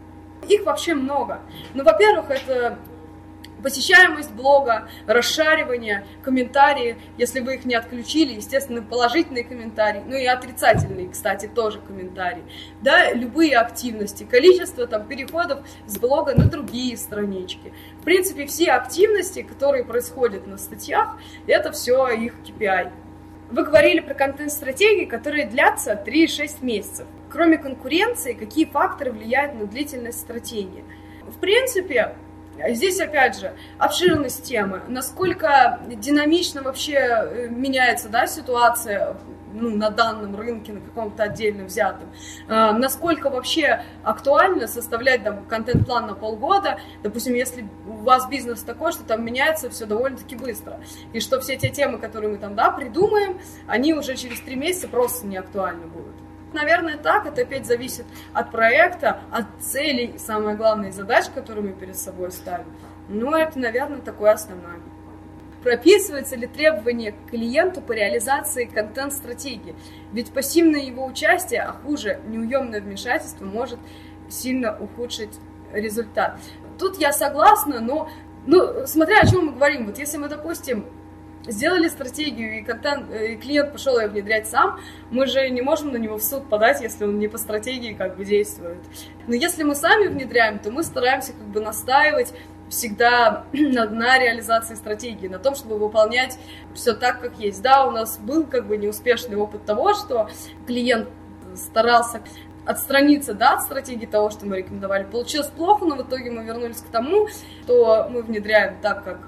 их вообще много. Ну, во-первых, это посещаемость блога, расшаривание, комментарии, если вы их не отключили, естественно, положительные комментарии, ну и отрицательные, кстати, тоже комментарии, да, любые активности, количество там переходов с блога на другие странички. В принципе, все активности, которые происходят на статьях, это все их кей пи ай. Вы говорили про контент-стратегии, которые длятся три-шесть месяцев. Кроме конкуренции, какие факторы влияют на длительность стратегии? В принципе, здесь, опять же, обширность темы, насколько динамично вообще меняется, да, ситуация, ну, на данном рынке, на каком-то отдельно взятом, э, насколько вообще актуально составлять там контент-план на полгода, допустим, если у вас бизнес такой, что там меняется все довольно-таки быстро, и что все те темы, которые мы там, да, придумаем, они уже через три месяца просто не актуальны будут. Наверное, так, это опять зависит от проекта, от целей, и самое главное, задач, которые мы перед собой ставим. Ну, это, наверное, такое основное. Прописывается ли требование к клиенту по реализации контент-стратегии? Ведь пассивное его участие, а хуже, неуемное вмешательство может сильно ухудшить результат. Тут я согласна, но ну, смотря о чем мы говорим. Вот если мы, допустим, сделали стратегию, и, контент, и клиент пошел ее внедрять сам, мы же не можем на него в суд подать, если он не по стратегии как бы действует. Но если мы сами внедряем, то мы стараемся как бы настаивать всегда на, на реализации стратегии, на том, чтобы выполнять все так, как есть. Да, у нас был как бы неуспешный опыт того, что клиент старался отстраниться, да, от стратегии того, что мы рекомендовали. Получилось плохо, но в итоге мы вернулись к тому, что мы внедряем так, как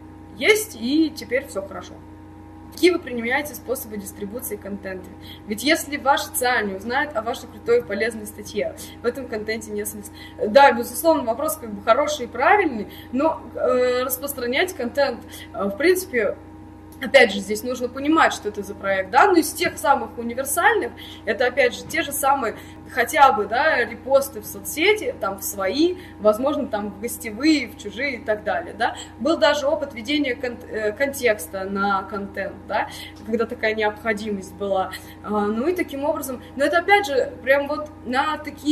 есть, и теперь все хорошо. Какие вы применяете способы дистрибуции контента? Ведь если ваши ЦА не узнают о вашей крутой и полезной статье, в этом контенте нет смысла. Да, безусловно, вопрос как бы хороший и правильный, но э, распространять контент, э, в принципе, опять же, здесь нужно понимать, что это за проект, да, но из тех самых универсальных, это, опять же, те же самые, хотя бы, да, репосты в соцсети, там, в свои, возможно, там, в гостевые, в чужие и так далее, да. Был даже опыт ведения кон- контекста на контент, да, когда такая необходимость была. А, ну и таким образом, но это, опять же, прям вот на такие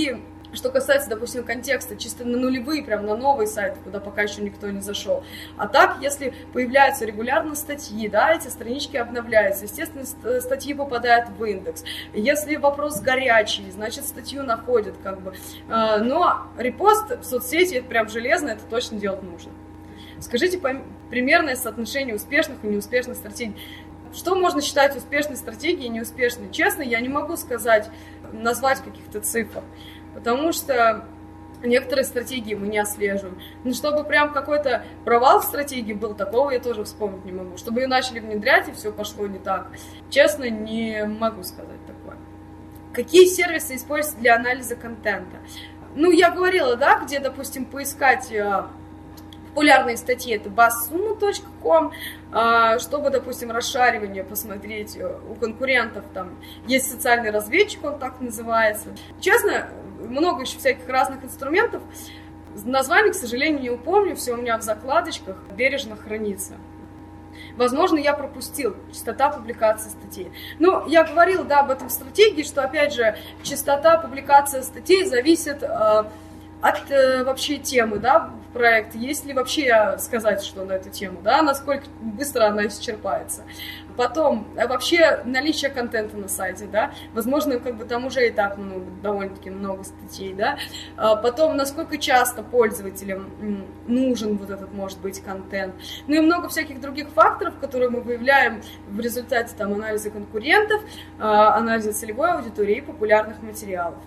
Что касается, допустим, контекста, чисто на нулевые, прям на новые сайты, куда пока еще никто не зашел. А так, если появляются регулярно статьи, да, эти странички обновляются, естественно, статьи попадают в индекс. Если вопрос горячий, значит, статью находят, как бы. Но репост в соцсети, это прям железно, это точно делать нужно. Скажите примерное соотношение успешных и неуспешных стратегий. Что можно считать успешной стратегией и неуспешной? Честно, я не могу сказать, назвать каких-то цифр. Потому что некоторые стратегии мы не отслеживаем. Но чтобы прям какой-то провал в стратегии был, такого я тоже вспомнить не могу. Чтобы ее начали внедрять, и все пошло не так. Честно, не могу сказать такое. Какие сервисы используются для анализа контента? Ну, я говорила, да, где, допустим, поискать популярные статьи, это бассумма точка ком, чтобы, допустим, расшаривание посмотреть у конкурентов, там есть социальный разведчик, он так называется. Честно, много еще всяких разных инструментов, название, к сожалению, не упомню, все у меня в закладочках бережно хранится. Возможно, я пропустил частота публикации статей. Ну, я говорила, да, об этом в стратегии, что, опять же, частота публикации статей зависит э, от э, вообще темы, да, проекта. Есть ли вообще сказать, что на эту тему, да, насколько быстро она исчерпается. Потом, вообще, наличие контента на сайте, да, возможно, как бы там уже и так много, довольно-таки много статей, да. Потом, насколько часто пользователям нужен вот этот, может быть, контент. Ну и много всяких других факторов, которые мы выявляем в результате там анализа конкурентов, анализа целевой аудитории и популярных материалов.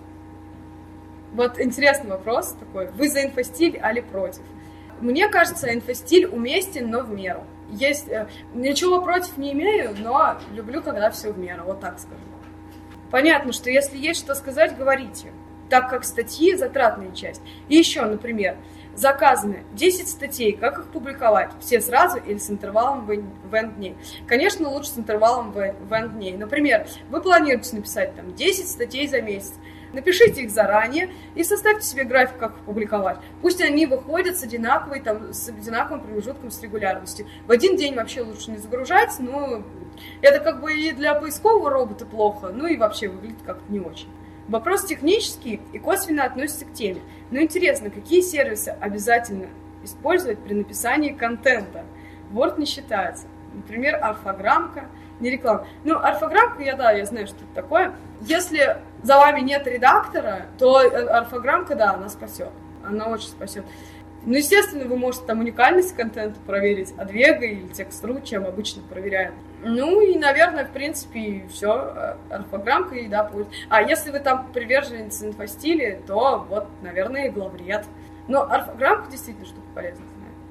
Вот интересный вопрос такой. Вы за инфостиль али против? Мне кажется, инфостиль уместен, но в меру. Есть, ничего против не имею, но люблю, когда все в меру, вот так скажу. Понятно, что если есть что сказать, говорите, так как статьи – затратная часть. И еще, например, заказаны десять статей, как их публиковать? Все сразу или с интервалом в эн дней? Конечно, лучше с интервалом в эн дней. Например, вы планируете написать там десять статей за месяц. Напишите их заранее и составьте себе график, как их публиковать. Пусть они выходят с одинаковой, там, с одинаковым промежутком, с регулярностью. В один день вообще лучше не загружать, но это как бы и для поискового робота плохо, ну и вообще выглядит как-то не очень. Вопрос технический и косвенно относится к теме. Но интересно, какие сервисы обязательно использовать при написании контента? Word не считается. Например, орфограммка, не реклама. Ну, орфограммка, я, да, я знаю, что это такое. Если за вами нет редактора, то орфограммка, да, она спасет. Она очень спасет. Ну, естественно, вы можете там уникальность контента проверить от Вега или Текст.ру, чем обычно проверяют. Ну, и, наверное, в принципе, все. Орфограммка и, да, будет. А если вы там приверженец инфостиля, то вот, наверное, и главред. Но орфограммка действительно штука полезная.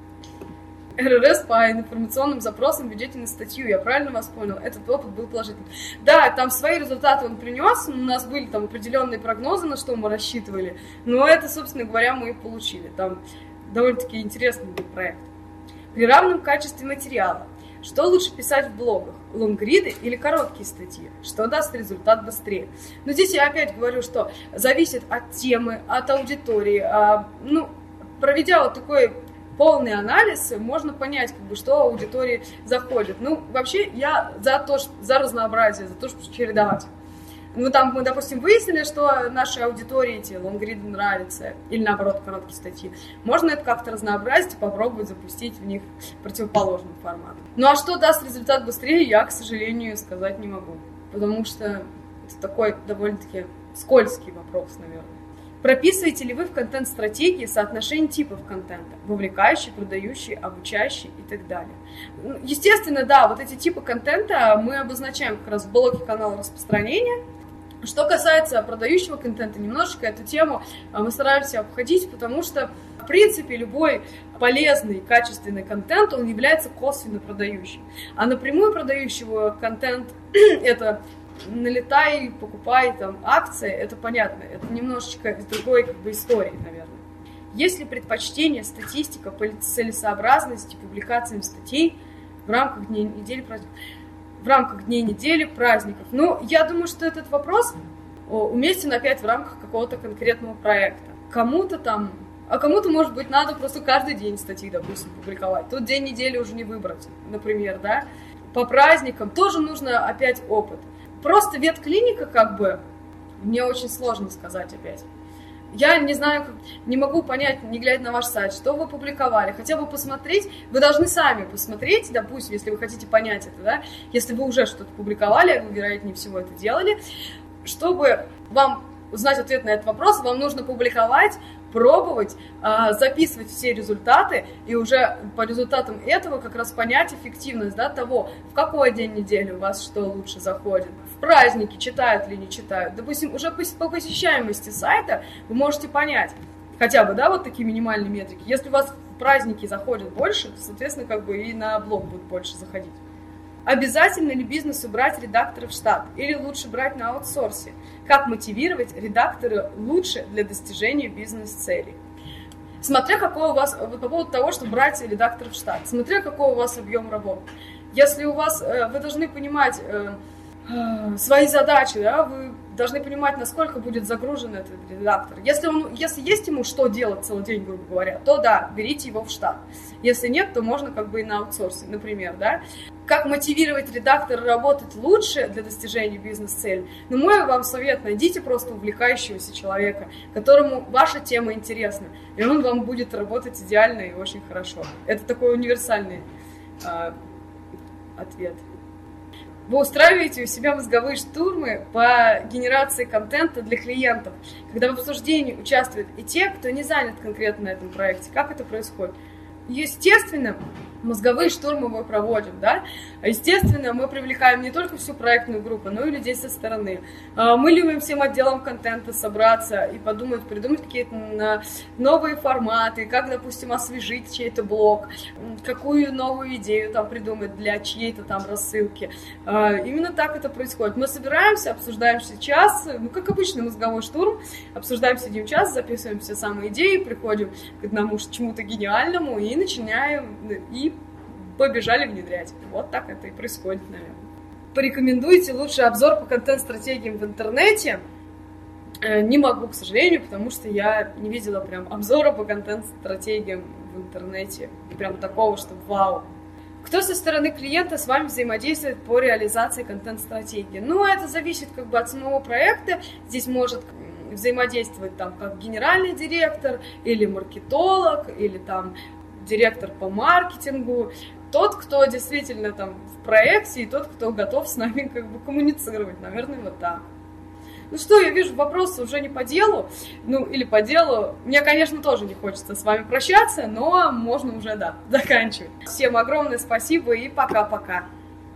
эр эр эс по информационным запросам ведете на статью, я правильно вас понял? Этот опыт был положительный. Да, там свои результаты он принес, у нас были там определенные прогнозы, на что мы рассчитывали, но это, собственно говоря, мы и получили. Там довольно-таки интересный был проект. При равном качестве материала, что лучше писать в блогах, лонгриды или короткие статьи? Что даст результат быстрее? Но здесь я опять говорю, что зависит от темы, от аудитории. А, ну, проведя вот такой полный анализ, можно понять, как бы, что аудитории заходит. Ну, вообще, я за то, что, за разнообразие, за то, чтобы чередовать. Ну, там мы, допустим, выяснили, что нашей аудитории эти лонгриды нравятся, или, наоборот, короткие статьи. Можно это как-то разнообразить и попробовать запустить в них противоположный формат. Ну, а что даст результат быстрее, я, к сожалению, сказать не могу. Потому что это такой довольно-таки скользкий вопрос, наверное. Прописываете ли вы в контент-стратегии соотношение типов контента? Вовлекающий, продающий, обучающий и так далее. Естественно, да, вот эти типы контента мы обозначаем как раз в блоке канала распространения. Что касается продающего контента, немножечко эту тему мы стараемся обходить, потому что, в принципе, любой полезный, качественный контент, он является косвенно продающим. А напрямую продающего контент – это налетай, покупай там акции, это понятно, это немножечко из другой как бы истории, наверное. Есть ли предпочтение, статистика по целесообразности публикациям статей в рамках дней недели праздников? В рамках дней недели праздников. Ну, я думаю, что этот вопрос уместен опять в рамках какого-то конкретного проекта. Кому-то там, а кому-то, может быть, надо просто каждый день статьи, допустим, публиковать. Тут день недели уже не выбрать, например, да. По праздникам тоже нужно опять опыт. Просто ветклиника, как бы, мне очень сложно сказать опять. Я не знаю, не могу понять, не глядя на ваш сайт, что вы публиковали. Хотя бы посмотреть, вы должны сами посмотреть, допустим, если вы хотите понять это, да, если вы уже что-то публиковали, вы, вероятнее всего, это делали, чтобы вам узнать ответ на этот вопрос, вам нужно публиковать, пробовать, записывать все результаты, и уже по результатам этого как раз понять эффективность, да, того, в какой день недели у вас что лучше заходит, в праздники читают или не читают. Допустим, уже по посещаемости сайта вы можете понять, хотя бы, да, вот такие минимальные метрики. Если у вас праздники заходят больше, то, соответственно, как бы и на блог будут больше заходить. Обязательно ли бизнесу брать редактора в штат или лучше брать на аутсорсе? Как мотивировать редактора лучше для достижения бизнес-целей? Смотря какой у вас, по поводу того, чтобы брать редактора в штат, смотря какой у вас объем работы. Если у вас, вы должны понимать свои задачи, да, вы должны понимать, насколько будет загружен этот редактор. Если, он, если есть ему что делать целый день, грубо говоря, то да, берите его в штат. Если нет, то можно как бы и на аутсорсе, например, да. Как мотивировать редактора работать лучше для достижения бизнес-цели? Ну, мой вам совет, найдите просто увлекающегося человека, которому ваша тема интересна, и он вам будет работать идеально и очень хорошо. Это такой универсальный э, ответ. Вы устраиваете у себя мозговые штурмы по генерации контента для клиентов, когда в обсуждении участвуют и те, кто не занят конкретно на этом проекте. Как это происходит? Естественно, мозговые штурмы мы проводим, да. Естественно, мы привлекаем не только всю проектную группу, но и людей со стороны. Мы любим всем отделам контента собраться и подумать, придумать какие-то новые форматы, как, допустим, освежить чей-то блог, какую новую идею там придумать для чьей-то там рассылки. Именно так это происходит. Мы собираемся, обсуждаем сейчас, ну, как обычно, мозговой штурм, обсуждаем, сидим час, записываем все самые идеи, приходим к одному чему-то гениальному и начинаем, и побежали внедрять. Вот так это и происходит, наверное. Порекомендуйте лучший обзор по контент-стратегиям в интернете. Не могу, к сожалению, потому что я не видела прям обзора по контент-стратегиям в интернете. Прям такого, что вау. Кто со стороны клиента с вами взаимодействует по реализации контент-стратегии? Ну, это зависит как бы от самого проекта. Здесь может взаимодействовать там как генеральный директор, или маркетолог, или там директор по маркетингу, тот, кто действительно там в проекте, и тот, кто готов с нами как бы коммуницировать, наверное, вот так. Ну что, я вижу, вопросы уже не по делу, ну или по делу. Мне, конечно, тоже не хочется с вами прощаться, но можно уже, да, заканчивать. Всем огромное спасибо и пока-пока.